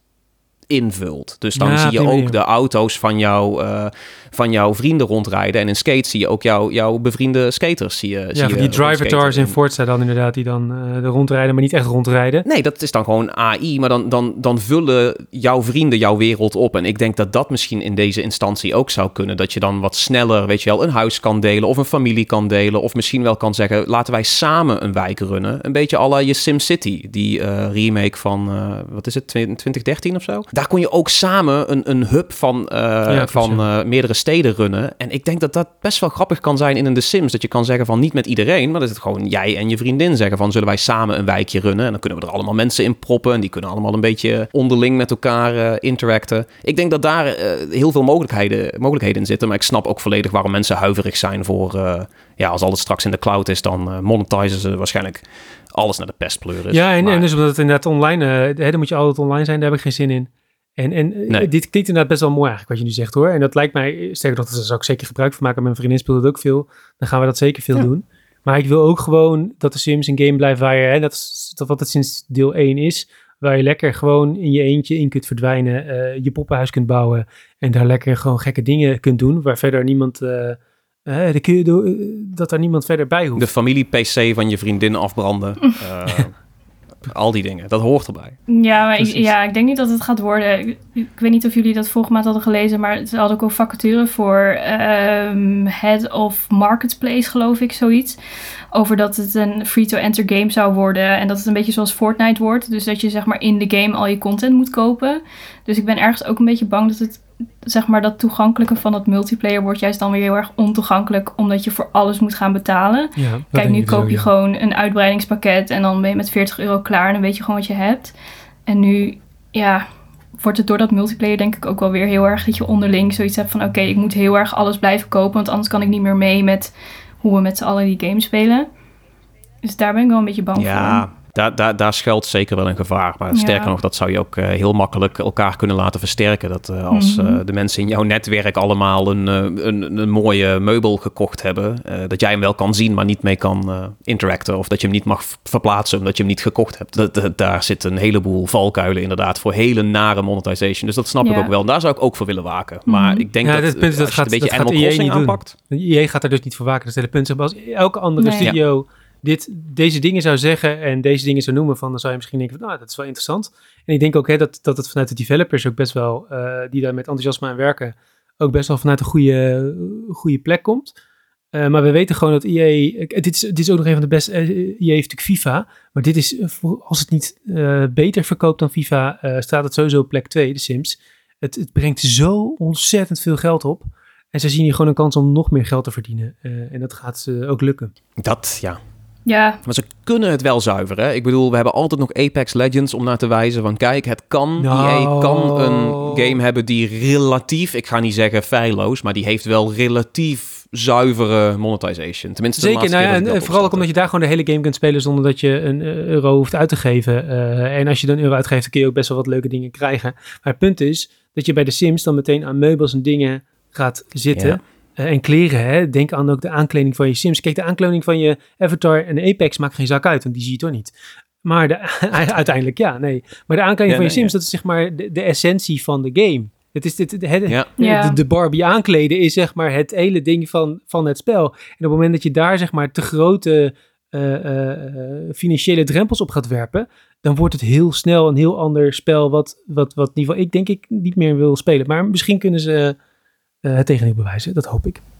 invult. Dus dan ja, zie je ook manier. de auto's van, jou, uh, van jouw vrienden rondrijden. En in Skate zie je ook jouw, jouw bevriende skaters. Zie je, ja, zie van je die drivatars in Forza dan inderdaad, die dan uh, er rondrijden, maar niet echt rondrijden. Nee, dat is dan gewoon A I, maar dan, dan, dan vullen jouw vrienden jouw wereld op. En ik denk dat dat misschien in deze instantie ook zou kunnen. Dat je dan wat sneller, weet je wel, een huis kan delen of een familie kan delen. Of misschien wel kan zeggen, laten wij samen een wijk runnen. Een beetje à la je SimCity, die uh, remake van, uh, wat is het, twintig dertien of zo? Daar kon je ook samen een, een hub van, uh, ja, van uh, meerdere steden runnen. En ik denk dat dat best wel grappig kan zijn in een The Sims. Dat je kan zeggen van niet met iedereen, maar dat is het gewoon jij en je vriendin zeggen van zullen wij samen een wijkje runnen. En dan kunnen we er allemaal mensen in proppen. En die kunnen allemaal een beetje onderling met elkaar uh, interacten. Ik denk dat daar uh, heel veel mogelijkheden, mogelijkheden in zitten. Maar ik snap ook volledig waarom mensen huiverig zijn voor... Uh, ja, als alles straks in de cloud is, dan uh, monetizen ze waarschijnlijk alles naar de pestpleur is. Ja, en, maar... en dus omdat het inderdaad online... Uh, hè, dan moet je altijd online zijn, daar heb ik geen zin in. En, en nee. dit klinkt inderdaad best wel mooi eigenlijk wat je nu zegt hoor. En dat lijkt mij, sterker nog, daar zou ik zeker gebruik van maken. Mijn vriendin speelt het ook veel. Dan gaan we dat zeker veel ja. doen. Maar ik wil ook gewoon dat de Sims een game blijft waar je, hè, dat is dat wat het sinds deel één is, waar je lekker gewoon in je eentje in kunt verdwijnen, uh, je poppenhuis kunt bouwen en daar lekker gewoon gekke dingen kunt doen, waar verder niemand... Uh, uh, kun je do- uh, dat daar niemand verder bij hoeft. De familie-P C van je vriendin afbranden. Uh, al die dingen, dat hoort erbij. Ja, maar ik, ja, ik denk niet dat het gaat worden. Ik, ik weet niet of jullie dat vorige maand hadden gelezen, maar ze hadden ook een vacature voor um, Head of Marketplace, geloof ik, zoiets. Over dat het een free-to-enter game zou worden en dat het een beetje zoals Fortnite wordt. Dus dat je zeg maar in de game al je content moet kopen. Dus ik ben ergens ook een beetje bang dat het, zeg maar, dat toegankelijke van dat multiplayer wordt juist dan weer heel erg ontoegankelijk, omdat je voor alles moet gaan betalen. Ja, Kijk, nu koop zo, je ja. gewoon een uitbreidingspakket en dan ben je met veertig euro klaar en dan weet je gewoon wat je hebt. En nu, ja, wordt het door dat multiplayer denk ik ook wel weer heel erg dat je onderling zoiets hebt van oké, okay, ik moet heel erg alles blijven kopen, want anders kan ik niet meer mee met hoe we met z'n allen die game spelen. Dus daar ben ik wel een beetje bang ja, voor. Daar, daar, daar schuilt zeker wel een gevaar. Maar sterker ja. nog, dat zou je ook uh, heel makkelijk elkaar kunnen laten versterken. Dat uh, als uh, de mensen in jouw netwerk allemaal een, uh, een, een mooie meubel gekocht hebben, uh, dat jij hem wel kan zien, maar niet mee kan uh, interacten. Of dat je hem niet mag verplaatsen omdat je hem niet gekocht hebt. Dat, dat, daar zit een heleboel valkuilen inderdaad voor hele nare monetization. Dus dat snap ja. ik ook wel. En daar zou ik ook voor willen waken. Mm-hmm. Maar ik denk ja, dat, punt, uh, dat als gaat, je het een beetje dat Animal Crossing aanpakt... I A gaat er dus niet voor waken. Dat is het hele punt. Als elke andere nee. studio... Ja. Dit, deze dingen zou zeggen en deze dingen zou noemen van, dan zou je misschien denken van, nou, dat is wel interessant. En ik denk ook hè, dat, dat het vanuit de developers ook best wel, uh, die daar met enthousiasme aan werken, ook best wel vanuit een goede, goede plek komt. Uh, maar we weten gewoon dat I A, uh, dit, is, dit is ook nog een van de beste, uh, I A heeft natuurlijk FIFA, maar dit is, uh, als het niet uh, beter verkoopt dan FIFA, uh, staat het sowieso op plek twee, de Sims. Het, het brengt zo ontzettend veel geld op. En ze zien hier gewoon een kans om nog meer geld te verdienen. Uh, en dat gaat uh, ook lukken. Dat, ja. Ja. Maar ze kunnen het wel zuiveren. Ik bedoel, we hebben altijd nog Apex Legends om naar te wijzen van kijk, het kan. No. I A kan een game hebben die relatief, ik ga niet zeggen feilloos, maar die heeft wel relatief zuivere monetization. Tenminste, zeker. Nou ja, en vooral opzetten. Ook omdat je daar gewoon de hele game kunt spelen zonder dat je een euro hoeft uit te geven. Uh, en als je dan een euro uitgeeft, dan kun je ook best wel wat leuke dingen krijgen. Maar het punt is dat je bij de Sims dan meteen aan meubels en dingen gaat zitten. Ja. Uh, en kleren, hè. Denk aan ook de aankleding van je Sims. Kijk, de aankleding van je Avatar en de Apex maakt geen zak uit, want die zie je toch niet. Maar de, uiteindelijk ja, nee. Maar de aankleding ja, van je nee, Sims, ja. dat is zeg maar de, de essentie van de game. Het is dit, het, het, ja. de, de Barbie aankleden is zeg maar het hele ding van, van het spel. En op het moment dat je daar zeg maar te grote uh, uh, financiële drempels op gaat werpen, dan wordt het heel snel een heel ander spel wat, wat, wat in ieder geval ik denk ik niet meer wil spelen. Maar misschien kunnen ze... Uh, het tegendeel bewijzen, dat hoop ik.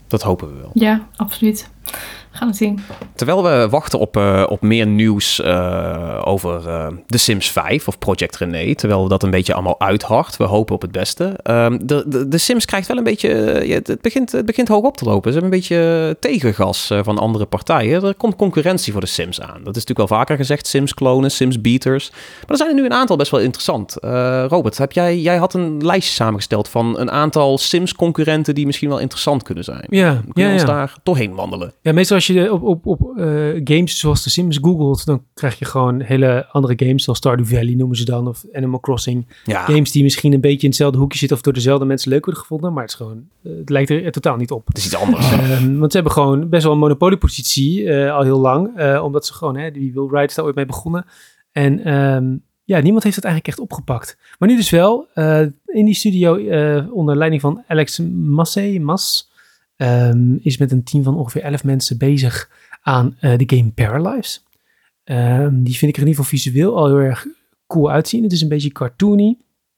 Dat hopen we wel. Ja, absoluut. We gaan het zien. Terwijl we wachten op, uh, op meer nieuws uh, over uh, The Sims vijf of Project René, terwijl dat een beetje allemaal uithart. We hopen op het beste. Um, de, de, de Sims krijgt wel een beetje... Uh, ja, het, begint, het begint hoog op te lopen. Ze hebben een beetje tegengas uh, van andere partijen. Er komt concurrentie voor de Sims aan. Dat is natuurlijk wel vaker gezegd. Sims-klonen, Sims-beaters. Maar er zijn er nu een aantal best wel interessant. Uh, Robert, heb jij, jij had een lijstje samengesteld van een aantal Sims-concurrenten die misschien wel interessant kunnen zijn. Ja, Kun je ja, ons ja. daar doorheen wandelen? Ja, meestal als je op, op, op uh, games zoals The Sims googelt, dan krijg je gewoon hele andere games, zoals Stardew Valley noemen ze dan, of Animal Crossing. Ja. Games die misschien een beetje in hetzelfde hoekje zitten of door dezelfde mensen leuk worden gevonden, maar het is gewoon, uh, het lijkt er totaal niet op. Het is iets anders. Um, want ze hebben gewoon best wel een monopoliepositie uh, al heel lang, uh, omdat ze gewoon, hè, die Will Wright is daar ooit mee begonnen. En um, ja, niemand heeft dat eigenlijk echt opgepakt. Maar nu dus wel, uh, in die studio uh, onder leiding van Alex Massey, Mas, Um, is met een team van ongeveer elf mensen bezig aan uh, de game Paralyze. Um, die vind ik er in ieder geval visueel al heel erg cool uitzien. Het is een beetje cartoony.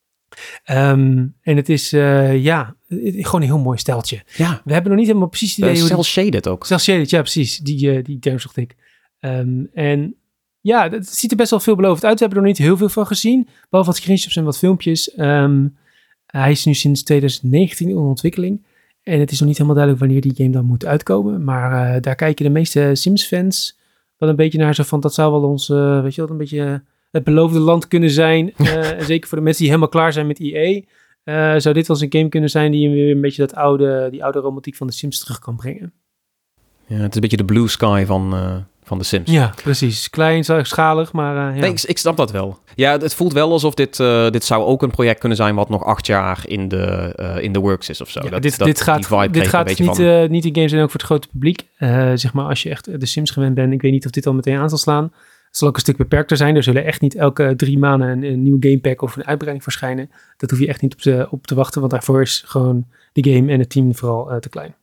Um, en het is, uh, ja, het, gewoon een heel mooi steltje. Ja. We hebben nog niet helemaal precies het idee... Uh, hoe cel-shaded ook. Cel-shaded, ja precies. Die, uh, die term zocht ik. Um, en ja, het ziet er best wel veelbelovend uit. We hebben er nog niet heel veel van gezien. Behalve wat screenshots en wat filmpjes. Um, hij is nu sinds twintig negentien in ontwikkeling. En het is nog niet helemaal duidelijk wanneer die game dan moet uitkomen. Maar uh, daar kijken de meeste Sims-fans wel een beetje naar. Zo van, dat zou wel ons, uh, weet je wat, een beetje het beloofde land kunnen zijn. Uh, en zeker voor de mensen die helemaal klaar zijn met E A. Uh, zou dit wel eens een game kunnen zijn die weer een beetje dat oude, die oude romantiek van de Sims terug kan brengen. Ja, het is een beetje de blue sky van... Uh... van de Sims. Ja, precies. Klein, schalig, maar uh, ja. Nee, ik, ik snap dat wel. Ja, het voelt wel alsof dit, uh, dit zou ook een project kunnen zijn wat nog acht jaar in de, uh, in de works is of zo. Ja, dat, dit, dat, dit gaat, dit gaat niet, van... uh, niet een game zijn ook voor het grote publiek. Uh, zeg maar, als je echt de Sims gewend bent, ik weet niet of dit al meteen aan zal slaan. Het zal ook een stuk beperkter zijn. Er zullen echt niet elke drie maanden een, een nieuw gamepack of een uitbreiding verschijnen. Dat hoef je echt niet op te, op te wachten, want daarvoor is gewoon de game en het team vooral uh, te klein.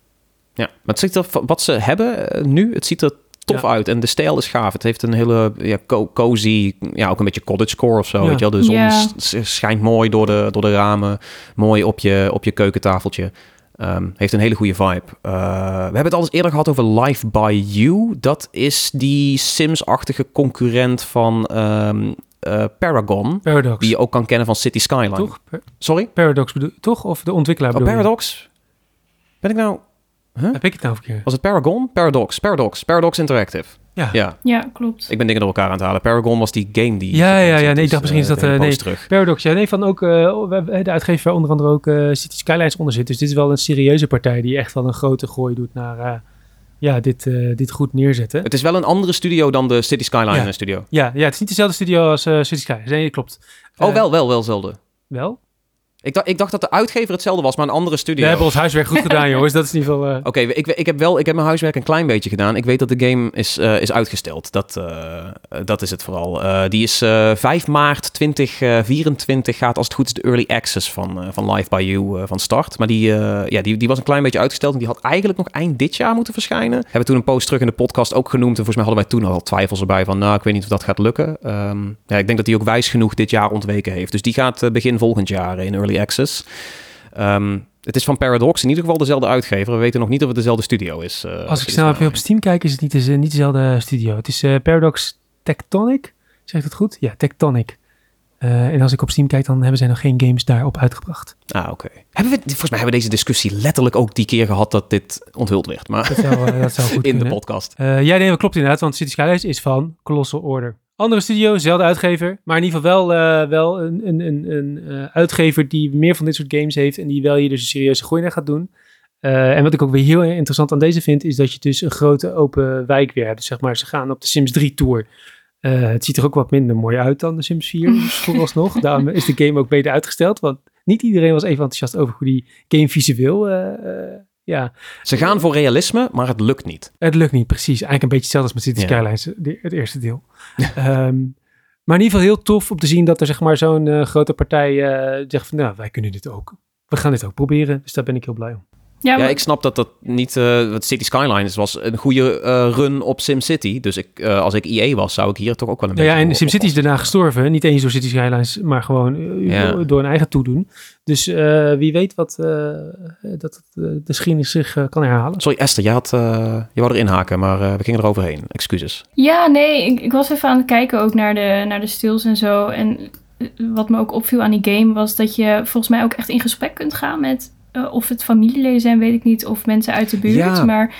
Ja, maar het ziet er, wat ze hebben uh, nu, het ziet er tof ja. uit. En de stijl is gaaf. Het heeft een hele ja, co- cozy, ja, ook een beetje cottagecore of zo. Ja. Weet je wel? De zon ja. s- schijnt mooi door de, door de ramen. Mooi op je, op je keukentafeltje. Um, heeft een hele goede vibe. Uh, we hebben het al eens eerder gehad over Life by You. Dat is die Sims-achtige concurrent van um, uh, Paragon. Paradox. Die je ook kan kennen van City Skyline. Toch? Per- Sorry? Paradox bedoel toch? Of de ontwikkelaar oh, bedoel Paradox? Ben ik nou... Huh? Heb ik het nou verkeerd? Was het Paragon? Paradox. Paradox. Paradox Interactive. Ja. ja. Ja, klopt. Ik ben dingen door elkaar aan het halen. Paragon was die game die... Ja, ja, ja. Nee, ik dacht misschien is dat... Uh, nee, terug. Paradox. Ja, nee, van ook... Uh, de uitgever waar onder andere ook uh, City Skylines onder zit. Dus dit is wel een serieuze partij die echt wel een grote gooi doet naar... Uh, ja, dit, uh, dit goed neerzetten. Het is wel een andere studio dan de City Skyline ja. studio. Ja, ja, het is niet dezelfde studio als uh, City Skylines. Nee, klopt. Oh, uh, wel, wel, wel, zelden. Wel? Ik dacht, ik dacht dat de uitgever hetzelfde was, maar een andere studio. We hebben ons huiswerk goed gedaan, jongens. Dat is in ieder geval... Uh... Oké, okay, ik, ik heb wel ik heb mijn huiswerk een klein beetje gedaan. Ik weet dat de game is, uh, is uitgesteld. Dat, uh, dat is het vooral. Uh, die is uh, vijf maart tweedig vierentwintig gaat als het goed is de early access van, uh, van Live by You uh, van start. Maar die, uh, ja, die, die was een klein beetje uitgesteld en die had eigenlijk nog eind dit jaar moeten verschijnen. We hebben toen een post terug in de podcast ook genoemd. En volgens mij hadden wij toen al twijfels erbij van, nou, ik weet niet of dat gaat lukken. Um, ja, ik denk dat die ook wijs genoeg dit jaar ontweken heeft. Dus die gaat uh, begin volgend jaar in early access. Um, het is van Paradox, in ieder geval dezelfde uitgever. We weten nog niet of het dezelfde studio is. Uh, Als ik snel even op Steam kijk, is het niet, de, niet dezelfde studio. Het is uh, Paradox Tectonic. Zeg ik dat goed? Ja, Tectonic. Uh, en als ik op Steam kijk, dan hebben zij nog geen games daarop uitgebracht. Ah, oké. Okay. Volgens mij hebben we deze discussie letterlijk ook die keer gehad dat dit onthuld werd. Maar dat zou, uh, dat zou goed in kunnen. de podcast. Uh, ja, nee, dat klopt inderdaad, want City Skylines is van Colossal Order. Andere studio, dezelfde uitgever, maar in ieder geval wel, uh, wel een, een, een, een uh, uitgever die meer van dit soort games heeft en die wel hier dus een serieuze gooi naar gaat doen. Uh, en wat ik ook weer heel interessant aan deze vind, is dat je dus een grote open wijk weer hebt. Dus zeg maar, ze gaan op de Sims drie tour. Uh, het ziet er ook wat minder mooi uit dan de Sims vier, dus vooralsnog. Daarom is de game ook beter uitgesteld, want niet iedereen was even enthousiast over hoe die game visueel... Uh, uh, ja. Ze gaan voor realisme, maar het lukt niet. Het lukt niet, precies. Eigenlijk een beetje hetzelfde als met City Skylines, ja. Het eerste deel. um, maar in ieder geval heel tof om te zien dat er zeg maar zo'n uh, grote partij uh, zegt van, nou, wij kunnen dit ook. We gaan dit ook proberen, dus daar ben ik heel blij om. Ja, maar... Ja, ik snap dat dat niet... Uh, het City Skylines was een goede uh, run op SimCity. Dus ik, uh, als ik E A was, zou ik hier toch ook wel een ja, beetje... Ja, en SimCity is daarna gestorven. Niet eens door City Skylines, maar gewoon uh, ja. door een eigen toedoen. Dus uh, wie weet wat uh, dat uh, de geschiedenis zich uh, kan herhalen. Sorry, Esther, je, had, uh, je wou erin haken, maar uh, we gingen eroverheen. Excuses. Ja, nee, ik, ik was even aan het kijken ook naar de, naar de stils en zo. En wat me ook opviel aan die game was dat je volgens mij ook echt in gesprek kunt gaan met... Uh, of het familieleden zijn, weet ik niet. Of mensen uit de buurt. Ja. Maar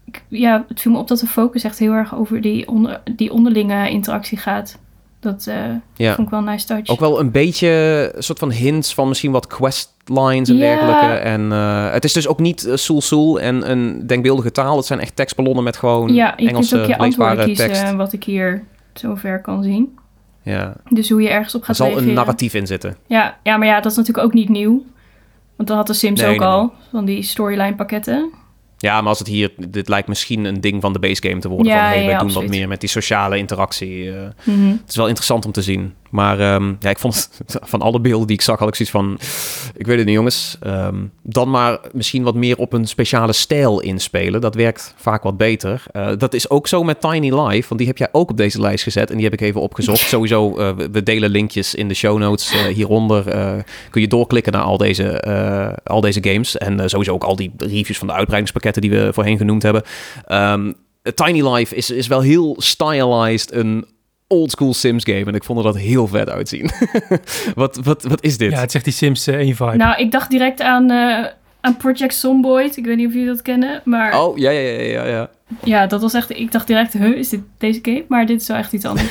ja, het viel me op dat de focus echt heel erg over die, onder, die onderlinge interactie gaat. Dat uh, ja. vond ik wel een nice touch. Ook wel een beetje een soort van hints van misschien wat questlines en ja. dergelijke. En uh, het is dus ook niet uh, Soel Soel en een denkbeeldige taal. Het zijn echt tekstballonnen met gewoon ja, je Engelse kunt ook je antwoorden tekst. kiezen wat ik hier zover kan zien. Ja. Dus hoe je ergens op gaat reageren. Er zal een narratief in zitten. Ja, ja, maar ja, dat is natuurlijk ook niet nieuw. Want dat had de Sims nee, ook nee, al, nee. van die storyline pakketten. Ja, maar als het hier... Dit lijkt misschien een ding van de base game te worden. Ja, van, hey, ja, wij ja, doen absoluut. wat meer met die sociale interactie. Uh, mm-hmm. Het is wel interessant om te zien. Maar um, ja, ik vond het, van alle beelden die ik zag, had ik zoiets van... Ik weet het niet, jongens. Um, dan maar misschien wat meer op een speciale stijl inspelen. Dat werkt vaak wat beter. Uh, dat is ook zo met Tiny Life. Want die heb jij ook op deze lijst gezet. En die heb ik even opgezocht. Sowieso, uh, we delen linkjes in de show notes. Uh, hieronder uh, kun je doorklikken naar al deze, uh, al deze games. En uh, sowieso ook al die reviews van de uitbreidingspakketten die we voorheen genoemd hebben. Um, Tiny Life is, is wel heel stylized een oldschool Sims game. En ik vond er dat heel vet uitzien. wat, wat, wat is dit? Ja, het zegt die Sims uh, één vibe. Nou, ik dacht direct aan, uh, aan Project Zomboid. Ik weet niet of jullie dat kennen, maar... Oh, ja, ja, ja, ja, ja. Ja, dat was echt... Ik dacht direct, huh, is dit deze game? Maar dit is wel echt iets anders.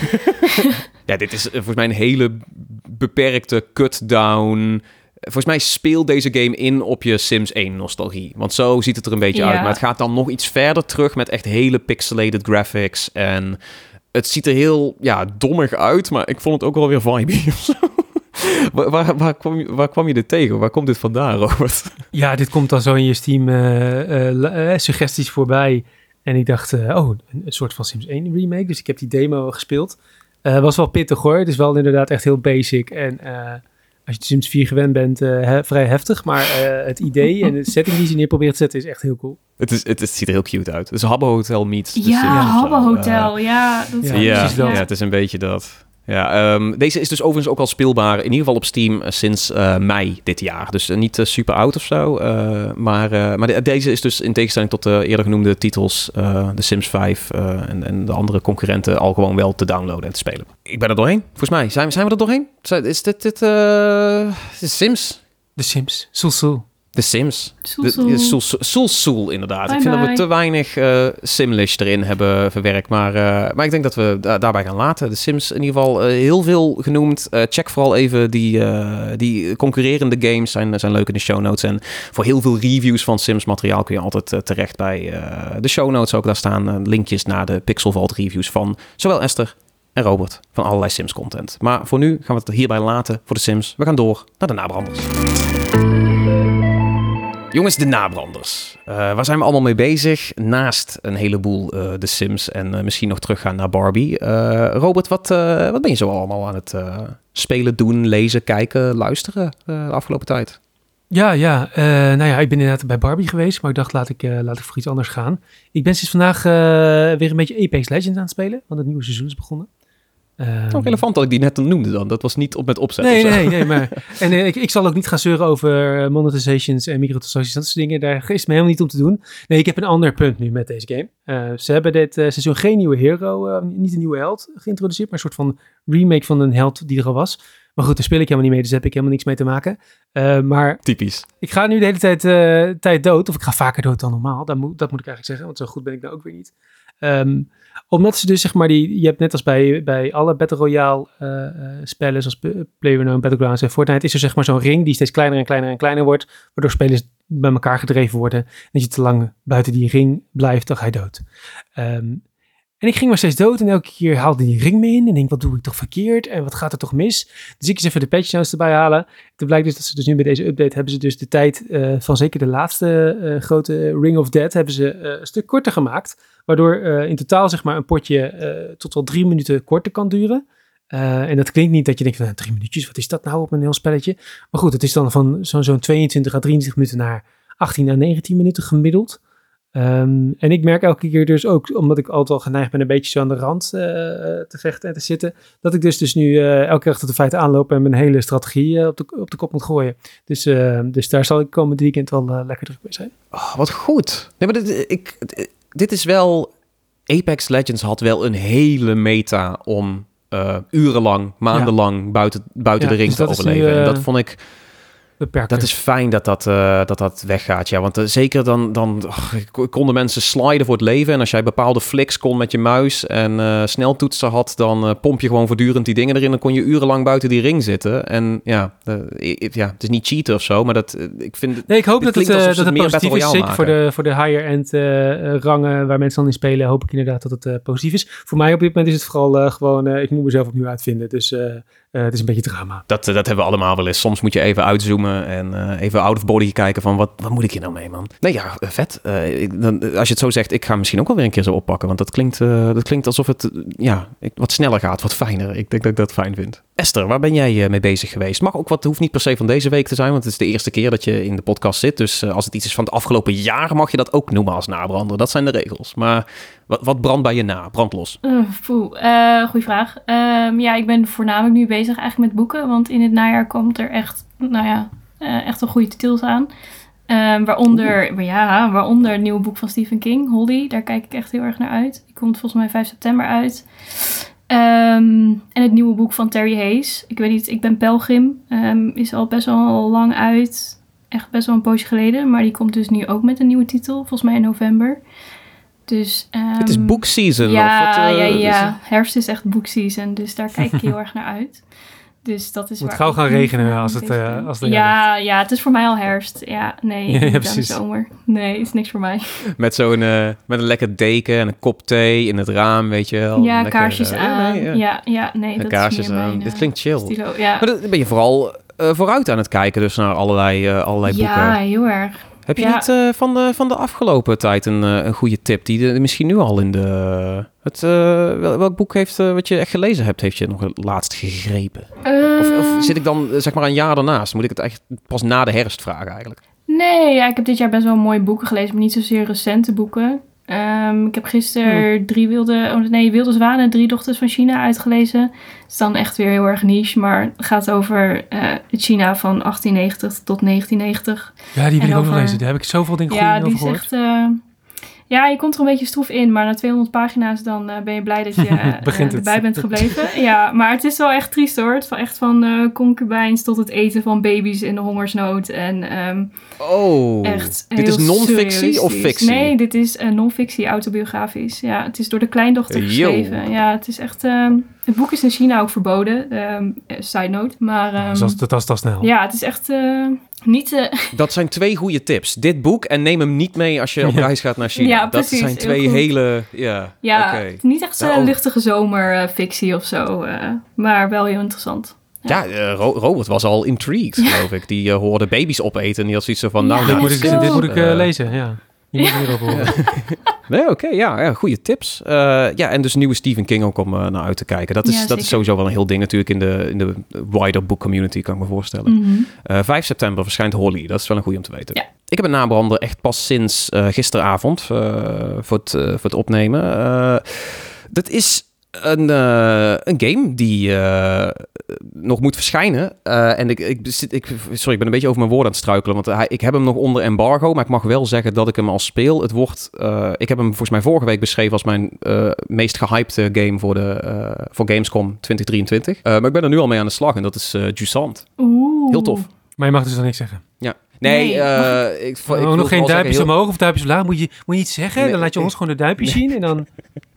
Ja, dit is uh, volgens mij een hele beperkte cut-down... Volgens mij speelt deze game in op je Sims één nostalgie. Want zo ziet het er een beetje ja. uit. Maar het gaat dan nog iets verder terug met echt hele pixelated graphics. En het ziet er heel ja, dommig uit, maar ik vond het ook wel weer vibey of zo. Waar, waar, waar, kwam je, waar kwam je dit tegen? Waar komt dit vandaan, Robert? Ja, dit komt dan zo in je Steam uh, uh, uh, suggesties voorbij. En ik dacht, uh, oh, een, een soort van Sims één remake. Dus ik heb die demo gespeeld. Uh, was wel pittig hoor. Het is wel inderdaad echt heel basic. En uh, als je de Sims vier gewend bent, uh, he, vrij heftig. Maar uh, het idee en de setting die ze neer probeert te zetten is echt heel cool. Het, is, het, het ziet er heel cute uit. Het is Habbo Hotel meets de ja, Sims. Habbo Hotel. Uh, ja, dat is ja, ja, precies dat. Ja, het is een beetje dat... Ja, um, deze is dus overigens ook al speelbaar, in ieder geval op Steam, uh, sinds uh, mei dit jaar. Dus uh, niet uh, super oud of zo. Uh, maar uh, maar de, deze is dus in tegenstelling tot de eerder genoemde titels, uh, de Sims vijf uh, en, en de andere concurrenten, al gewoon wel te downloaden en te spelen. Ik ben er doorheen. Volgens mij zijn, zijn we er doorheen. Is dit, dit uh, is Sims? De Sims. Soel Soel. De Sims. Soel Soel Soel, inderdaad. Bye ik vind bye. dat we te weinig uh, Simlish erin hebben verwerkt. Maar, uh, maar ik denk dat we da- daarbij gaan laten. De Sims in ieder geval uh, heel veel genoemd. Uh, check vooral even die, uh, die concurrerende games. Zijn, zijn leuk in de show notes. En voor heel veel reviews van Sims materiaal kun je altijd uh, terecht bij uh, de show notes. Ook daar staan uh, linkjes naar de Pixel Vault reviews van zowel Esther en Robert. Van allerlei Sims content. Maar voor nu gaan we het hierbij laten voor de Sims. We gaan door naar de nabranders. Jongens, de nabranders. Uh, waar zijn we allemaal mee bezig? Naast een heleboel uh, de Sims en uh, misschien nog teruggaan naar Barbie. Uh, Robert, wat, uh, wat ben je zo allemaal aan het uh, spelen, doen, lezen, kijken, luisteren uh, de afgelopen tijd? Ja, ja. Uh, nou ja, ik ben inderdaad bij Barbie geweest, maar ik dacht, laat ik, uh, laat ik voor iets anders gaan. Ik ben sinds vandaag uh, weer een beetje Apex Legends aan het spelen, want het nieuwe seizoen is begonnen. Um, oh, relevant dat ik die net noemde dan. Dat was niet op met opzet. Nee, nee, nee. Maar, en uh, ik, ik zal ook niet gaan zeuren over monetizations en microtransacties. Dat soort dingen. Daar is het me helemaal niet om te doen. Nee, ik heb een ander punt nu met deze game. Uh, ze hebben dit uh, seizoen geen nieuwe hero, uh, niet een nieuwe held geïntroduceerd, maar een soort van remake van een held die er al was. Maar goed, daar speel ik helemaal niet mee, dus daar heb ik helemaal niks mee te maken. Uh, maar typisch. Ik ga nu de hele tijd, uh, tijd dood, of ik ga vaker dood dan normaal. Dat moet, dat moet ik eigenlijk zeggen, want zo goed ben ik nou ook weer niet. Um, omdat ze dus, zeg maar, die, je hebt net als bij, bij alle Battle Royale uh, uh, spellen, zoals PlayerUnknown's, Battlegrounds en Fortnite, is er zeg maar zo'n ring die steeds kleiner en kleiner en kleiner wordt, waardoor spelers bij elkaar gedreven worden. En als je te lang buiten die ring blijft, dan ga je dood. Um, en ik ging maar steeds dood en elke keer haalde die ring me in en denk, wat doe ik toch verkeerd en wat gaat er toch mis? Dus ik eens even de patch notes erbij halen. Het blijkt dus dat ze dus nu bij deze update hebben ze dus de tijd uh, van zeker de laatste uh, grote Ring of Death hebben ze uh, een stuk korter gemaakt. Waardoor uh, in totaal zeg maar een potje uh, tot wel drie minuten korter kan duren. Uh, en dat klinkt niet dat je denkt van nou, drie minuutjes, wat is dat nou op een heel spelletje? Maar goed, het is dan van zo, zo'n tweeëntwintig à drieëntwintig minuten naar achttien à negentien minuten gemiddeld. Um, en ik merk elke keer dus ook, omdat ik altijd al geneigd ben een beetje zo aan de rand uh, te vechten en te zitten, dat ik dus, dus nu uh, elke keer achter de feiten aanloop en mijn hele strategie uh, op, de, op de kop moet gooien. Dus, uh, dus daar zal ik komend weekend wel uh, lekker druk mee zijn. Oh, wat goed. Nee, maar dit, ik, dit is wel... Apex Legends had wel een hele meta om uh, urenlang, maandenlang ja. buiten, buiten ja, de ring dus te overleven. Nu, uh, en dat vond ik... Beperken. Dat is fijn dat dat, uh, dat, dat weggaat. Ja, want uh, zeker dan, dan oh, konden mensen sliden voor het leven. En als jij bepaalde flicks kon met je muis en uh, sneltoetsen had, dan uh, pomp je gewoon voortdurend die dingen erin. Dan kon je urenlang buiten die ring zitten. En ja, uh, ja het is niet cheaten of zo, maar dat, uh, ik vind... Nee, ik hoop dat het, uh, dat het, het positief is. Zeker voor de, voor de higher-end uh, rangen waar mensen dan in spelen, hoop ik inderdaad dat het uh, positief is. Voor mij op dit moment is het vooral uh, gewoon, uh, ik moet mezelf opnieuw uitvinden. Dus... Uh, Uh, het is een beetje drama. Dat, dat hebben we allemaal wel eens. Soms moet je even uitzoomen en uh, even out of body kijken van wat, wat moet ik hier nou mee, man? Nee, ja, vet. Uh, ik, dan, als je het zo zegt, ik ga misschien ook wel weer een keer zo oppakken. Want dat klinkt, uh, dat klinkt alsof het uh, ja, wat sneller gaat, wat fijner. Ik denk dat ik dat fijn vind. Esther, waar ben jij uh, mee bezig geweest? Mag ook wat, hoeft niet per se van deze week te zijn, want het is de eerste keer dat je in de podcast zit. Dus uh, als het iets is van het afgelopen jaar, mag je dat ook noemen als nabrander. Dat zijn de regels. Maar wat, wat brandt bij je na? Brand los. Uh, uh, goeie vraag. Um, ja, ik ben voornamelijk nu bezig eigenlijk met boeken, want in het najaar komt er echt, nou ja, uh, echt een goede titels aan. Um, waaronder, ja, waaronder het nieuwe boek van Stephen King, Holly. Daar kijk ik echt heel erg naar uit. Die komt volgens mij vijf september uit. Um, en het nieuwe boek van Terry Hayes. Ik weet niet, Ik ben Pelgrim. Um, is al best wel lang uit. Echt best wel een poosje geleden. Maar die komt dus nu ook met een nieuwe titel. Volgens mij in november. Dus, um, het is boekseason. Ja, of het, uh, ja, ja. Dus... herfst is echt boekseason. Dus daar kijk ik heel erg naar uit. Dus dat is moet waar gauw gaan regenen als het, uh, als het ja, ja, het is voor mij al herfst. Ja, nee, ja, ja, niet precies. zomer. Nee, is niks voor mij. Met zo'n uh, met een lekker deken en een kop thee in het raam, weet je wel. Ja, lekker, kaarsjes uh, aan. Nee, ja. ja, ja, nee, dat kaarsjes is meer aan. mijn, uh, Dit klinkt chill. Stilo, ja. Maar dan ben je vooral uh, vooruit aan het kijken dus naar allerlei, uh, allerlei boeken. Ja, heel erg. Heb je ja. niet uh, van, de, van de afgelopen tijd een, uh, een goede tip die de, misschien nu al in de... Het, uh, wel, welk boek heeft uh, wat je echt gelezen hebt, heeft je nog het laatst gegrepen? Uh, of, of zit ik dan zeg maar een jaar daarnaast? Moet ik het echt pas na de herfst vragen eigenlijk? Nee, ja, ik heb dit jaar best wel mooie boeken gelezen, maar niet zozeer recente boeken. Um, ik heb gisteren hmm. drie wilde, oh nee, wilde zwanen en drie dochters van China uitgelezen. Het is dan echt weer heel erg niche, maar het gaat over uh, China van achttien negentig tot negentien negentig. Ja, die wil ik over... ook lezen. Daar heb ik zoveel dingen ja, goed over gehoord. Ja, die is echt... Uh, ja, je komt er een beetje stroef in, maar na tweehonderd pagina's dan uh, ben je blij dat je uh, erbij bent gebleven. Ja, maar het is wel echt triest hoor. Het van echt van uh, concubijns tot het eten van baby's in de hongersnood. En, um, oh, echt dit is non-fictie of fictie? Nee, dit is uh, non-fictie, autobiografisch. Ja, het is door de kleindochter uh, geschreven. Ja, het is echt... Um, het boek is in China ook verboden, um, side note. Maar, um, dat, dat is al snel. Ja, het is echt uh, niet... Uh... Dat zijn twee goede tips. Dit boek en neem hem niet mee als je op reis gaat naar China. Ja, dat precies, zijn twee hele... Ja, ja okay. Niet echt zo'n nou, luchtige zomerfictie uh, of zo. Uh, maar wel heel interessant. Ja, ja uh, Ro- Robert was al intrigued, ja. geloof ik. Die uh, hoorde baby's opeten en die had zoiets van... Nou, ja, nou, dit, moet ik, dit moet ik uh, lezen, ja. Je moet er over horen. Nee, oké, okay, ja, ja, goede tips. Uh, ja, en dus nieuwe Stephen King ook om uh, naar uit te kijken. Dat is, ja, dat is sowieso wel een heel ding natuurlijk in de, in de wider book community, kan ik me voorstellen. Mm-hmm. Uh, vijf september verschijnt Holly, dat is wel een goede om te weten. Ja. Ik heb een nabrander echt pas sinds uh, gisteravond uh, voor, het, uh, voor het opnemen. Uh, dat is... Een, uh, een game die uh, nog moet verschijnen. Uh, en ik, ik, ik, sorry, ik ben een beetje over mijn woorden aan het struikelen. Want hij, ik heb hem nog onder embargo. Maar ik mag wel zeggen dat ik hem al speel. Het wordt, uh, ik heb hem volgens mij vorige week beschreven als mijn uh, meest gehypte game voor, de, uh, voor Gamescom twintig drieëntwintig. Uh, maar ik ben er nu al mee aan de slag. En dat is uh, Jusant. Oeh. Heel tof. Maar je mag dus dan niks zeggen. Ja. Nee, nee uh, ik, ik, oh, ik nog geen duimpjes heel... omhoog of duimpjes omlaag. Moet je, moet je iets zeggen? Nee, dan laat je ons gewoon de duimpjes nee. zien en dan...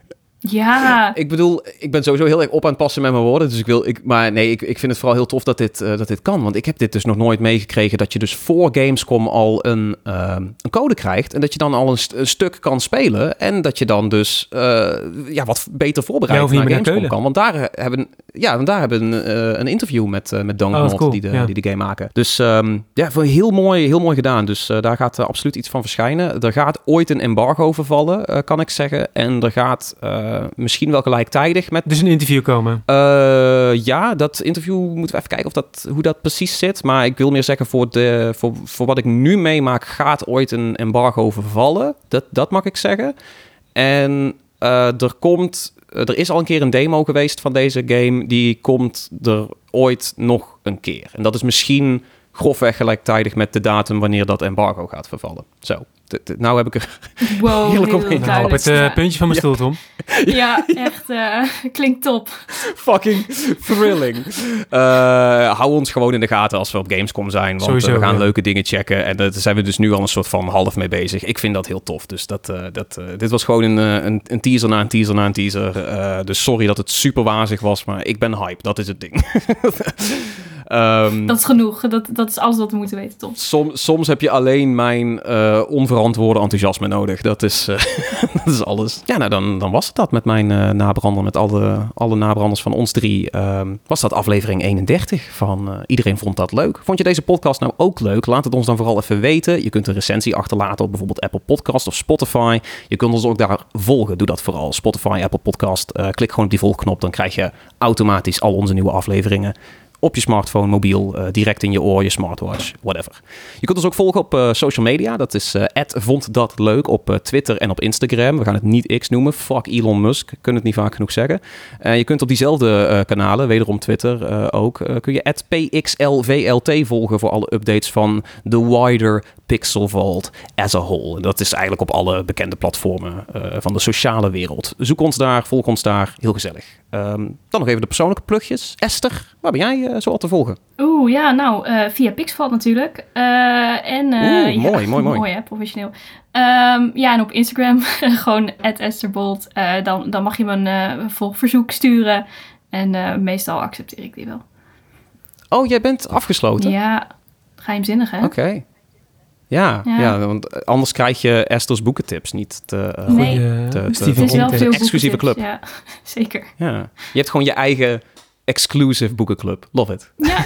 Ja. Ik bedoel, ik ben sowieso heel erg op aan het passen met mijn woorden. Dus ik wil, ik, maar nee, ik, ik vind het vooral heel tof dat dit, uh, dat dit kan. Want ik heb dit dus nog nooit meegekregen dat je dus voor Gamescom al een, uh, een code krijgt. En dat je dan al een, st- een stuk kan spelen. En dat je dan dus uh, ja, wat beter voorbereid naar Gamescom naar kan. Want daar hebben, ja, want daar hebben een, uh, een interview met, uh, met Donknot, oh, cool. die, de, ja. die de game maken. Dus um, ja, heel mooi, heel mooi gedaan. Dus uh, daar gaat uh, absoluut iets van verschijnen. Er gaat ooit een embargo vervallen, uh, kan ik zeggen. En er gaat... Uh, uh, misschien wel gelijktijdig met... Dus een interview komen? Uh, ja, dat interview moeten we even kijken of dat, hoe dat precies zit. Maar ik wil meer zeggen, voor, de, voor, voor wat ik nu meemaak, gaat ooit een embargo vervallen. Dat, dat mag ik zeggen. En uh, er komt... Er is al een keer een demo geweest van deze game. Die komt er ooit nog een keer. En dat is misschien grofweg gelijktijdig met de datum wanneer dat embargo gaat vervallen. Zo. Nou heb ik er wow, heerlijk omheen. Nou, op het uh, ja. puntje van mijn stoel, Tom. Ja, echt. Uh, klinkt top. Fucking thrilling. Uh, hou ons gewoon in de gaten als we op Gamescom zijn. Want Sowieso, we gaan ja. leuke dingen checken. En daar zijn we dus nu al een soort van half mee bezig. Ik vind dat heel tof. Dus dat, uh, dat, uh, dit was gewoon een, een, een teaser na een teaser na een teaser. Uh, dus sorry dat het super wazig was. Maar ik ben hype. Dat is het ding. Um, dat is genoeg. Dat, dat is alles wat we moeten weten, Tom. Som, soms heb je alleen mijn uh, onverantwoorde enthousiasme nodig. Dat is, uh, dat is alles. Ja, nou dan, dan was het dat met mijn uh, nabrander. Met alle, alle nabranders van ons drie. Um, was dat aflevering eenendertig van uh, Iedereen Vond Dat Leuk. Vond je deze podcast nou ook leuk? Laat het ons dan vooral even weten. Je kunt een recensie achterlaten op bijvoorbeeld Apple Podcast of Spotify. Je kunt ons ook daar volgen. Doe dat vooral. Spotify, Apple Podcast. Uh, klik gewoon op die volgknop. Dan krijg je automatisch al onze nieuwe afleveringen op je smartphone, mobiel, uh, direct in je oor, je smartwatch, whatever. Je kunt ons ook volgen op uh, social media. Dat is uh, at vond dat leuk op uh, Twitter en op Instagram. We gaan het niet X noemen. Fuck Elon Musk. Kunnen het niet vaak genoeg zeggen. Uh, je kunt op diezelfde uh, kanalen, wederom Twitter uh, ook, uh, kun je at P X L V L T volgen voor alle updates van the wider Pixel Vault as a whole. Dat is eigenlijk op alle bekende platformen uh, van de sociale wereld. Zoek ons daar, volg ons daar. Heel gezellig. Um, dan nog even de persoonlijke plugjes. Esther, waar ben jij uh, zo al te volgen? Oeh, ja, nou, uh, via Pixel natuurlijk. Uh, en, uh, Oeh, ja, mooi, mooi, mooi. Mooi, hè, professioneel. Um, ja, en op Instagram gewoon at Estherbolt. Uh, dan, dan mag je me een uh, volgverzoek sturen. En uh, meestal accepteer ik die wel. Oh, jij bent afgesloten? Ja, geheimzinnig, hè? Oké. Okay. Ja, ja. ja, want anders krijg je Esther's boekentips niet te, uh, nee. te, te, te, het is wel veel exclusieve club. Ja, zeker. Ja. Je hebt gewoon je eigen exclusive boekenclub. Love it. Ja.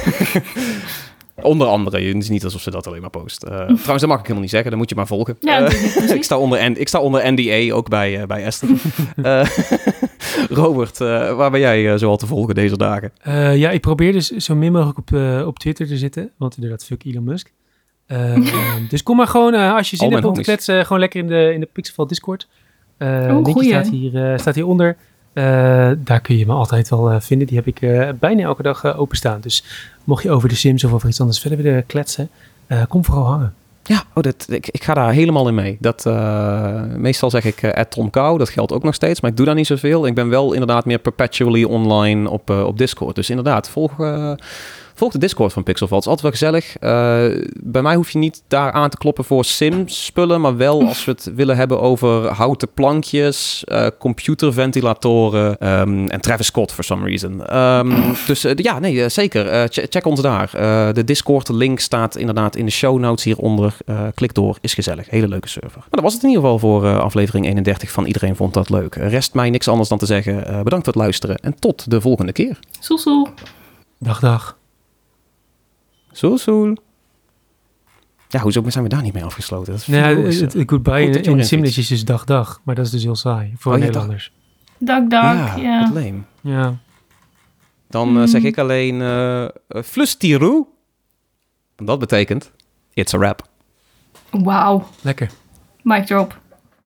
Onder andere, het is niet alsof ze dat alleen maar post. Uh, trouwens, dat mag ik helemaal niet zeggen, dan moet je maar volgen. Ja, uh, ik, sta onder, ik sta onder N D A, ook bij, uh, bij Esther. uh, Robert, uh, waar ben jij uh, zo al te volgen deze dagen? Uh, ja, ik probeer dus zo min mogelijk op, uh, op Twitter te zitten, want inderdaad, fuck Elon Musk. Uh, dus kom maar gewoon, uh, als je zin hebt om te kletsen, gewoon lekker in de, in de Pixelval Discord. Uh, oh, linkje staat, hier, uh, staat hieronder. Uh, daar kun je me altijd wel uh, vinden. Die heb ik uh, bijna elke dag uh, openstaan. Dus mocht je over de Sims of over iets anders verder willen kletsen, uh, kom vooral hangen. Ja, oh, dat, ik, ik ga daar helemaal in mee. Dat, uh, meestal zeg ik uh, Tom Kou, dat geldt ook nog steeds, maar ik doe daar niet zoveel. Ik ben wel inderdaad meer perpetually online op, uh, op Discord. Dus inderdaad, volg... Uh, Volg de Discord van Pixel Vault. Het is altijd wel gezellig. Uh, bij mij hoef je niet daar aan te kloppen voor Sim-spullen, maar wel als we het willen hebben over houten plankjes, uh, computerventilatoren um, en Travis Scott for some reason. Um, dus uh, ja, nee, uh, zeker. Uh, ch- check ons daar. Uh, de Discord-link staat inderdaad in de show notes hieronder. Uh, klik door, is gezellig. Hele leuke server. Maar dat was het in ieder geval voor uh, aflevering eenendertig van Iedereen Vond Dat Leuk. Rest mij niks anders dan te zeggen. Uh, bedankt voor het luisteren en tot de volgende keer. Soel, soel. Dag, dag. Zoel, zoel. Ja, hoezo zijn we daar niet mee afgesloten? Dat is nee, het, het goodbye in, in Simlish is dus dag, dag. Maar dat is dus heel saai voor oh, Nederlanders. Dag, dag. Ja, ja. Wat leem. Ja. Dan mm. uh, zeg ik alleen uh, flustiru. Dat betekent, it's a wrap. Wauw. Lekker. Mic drop.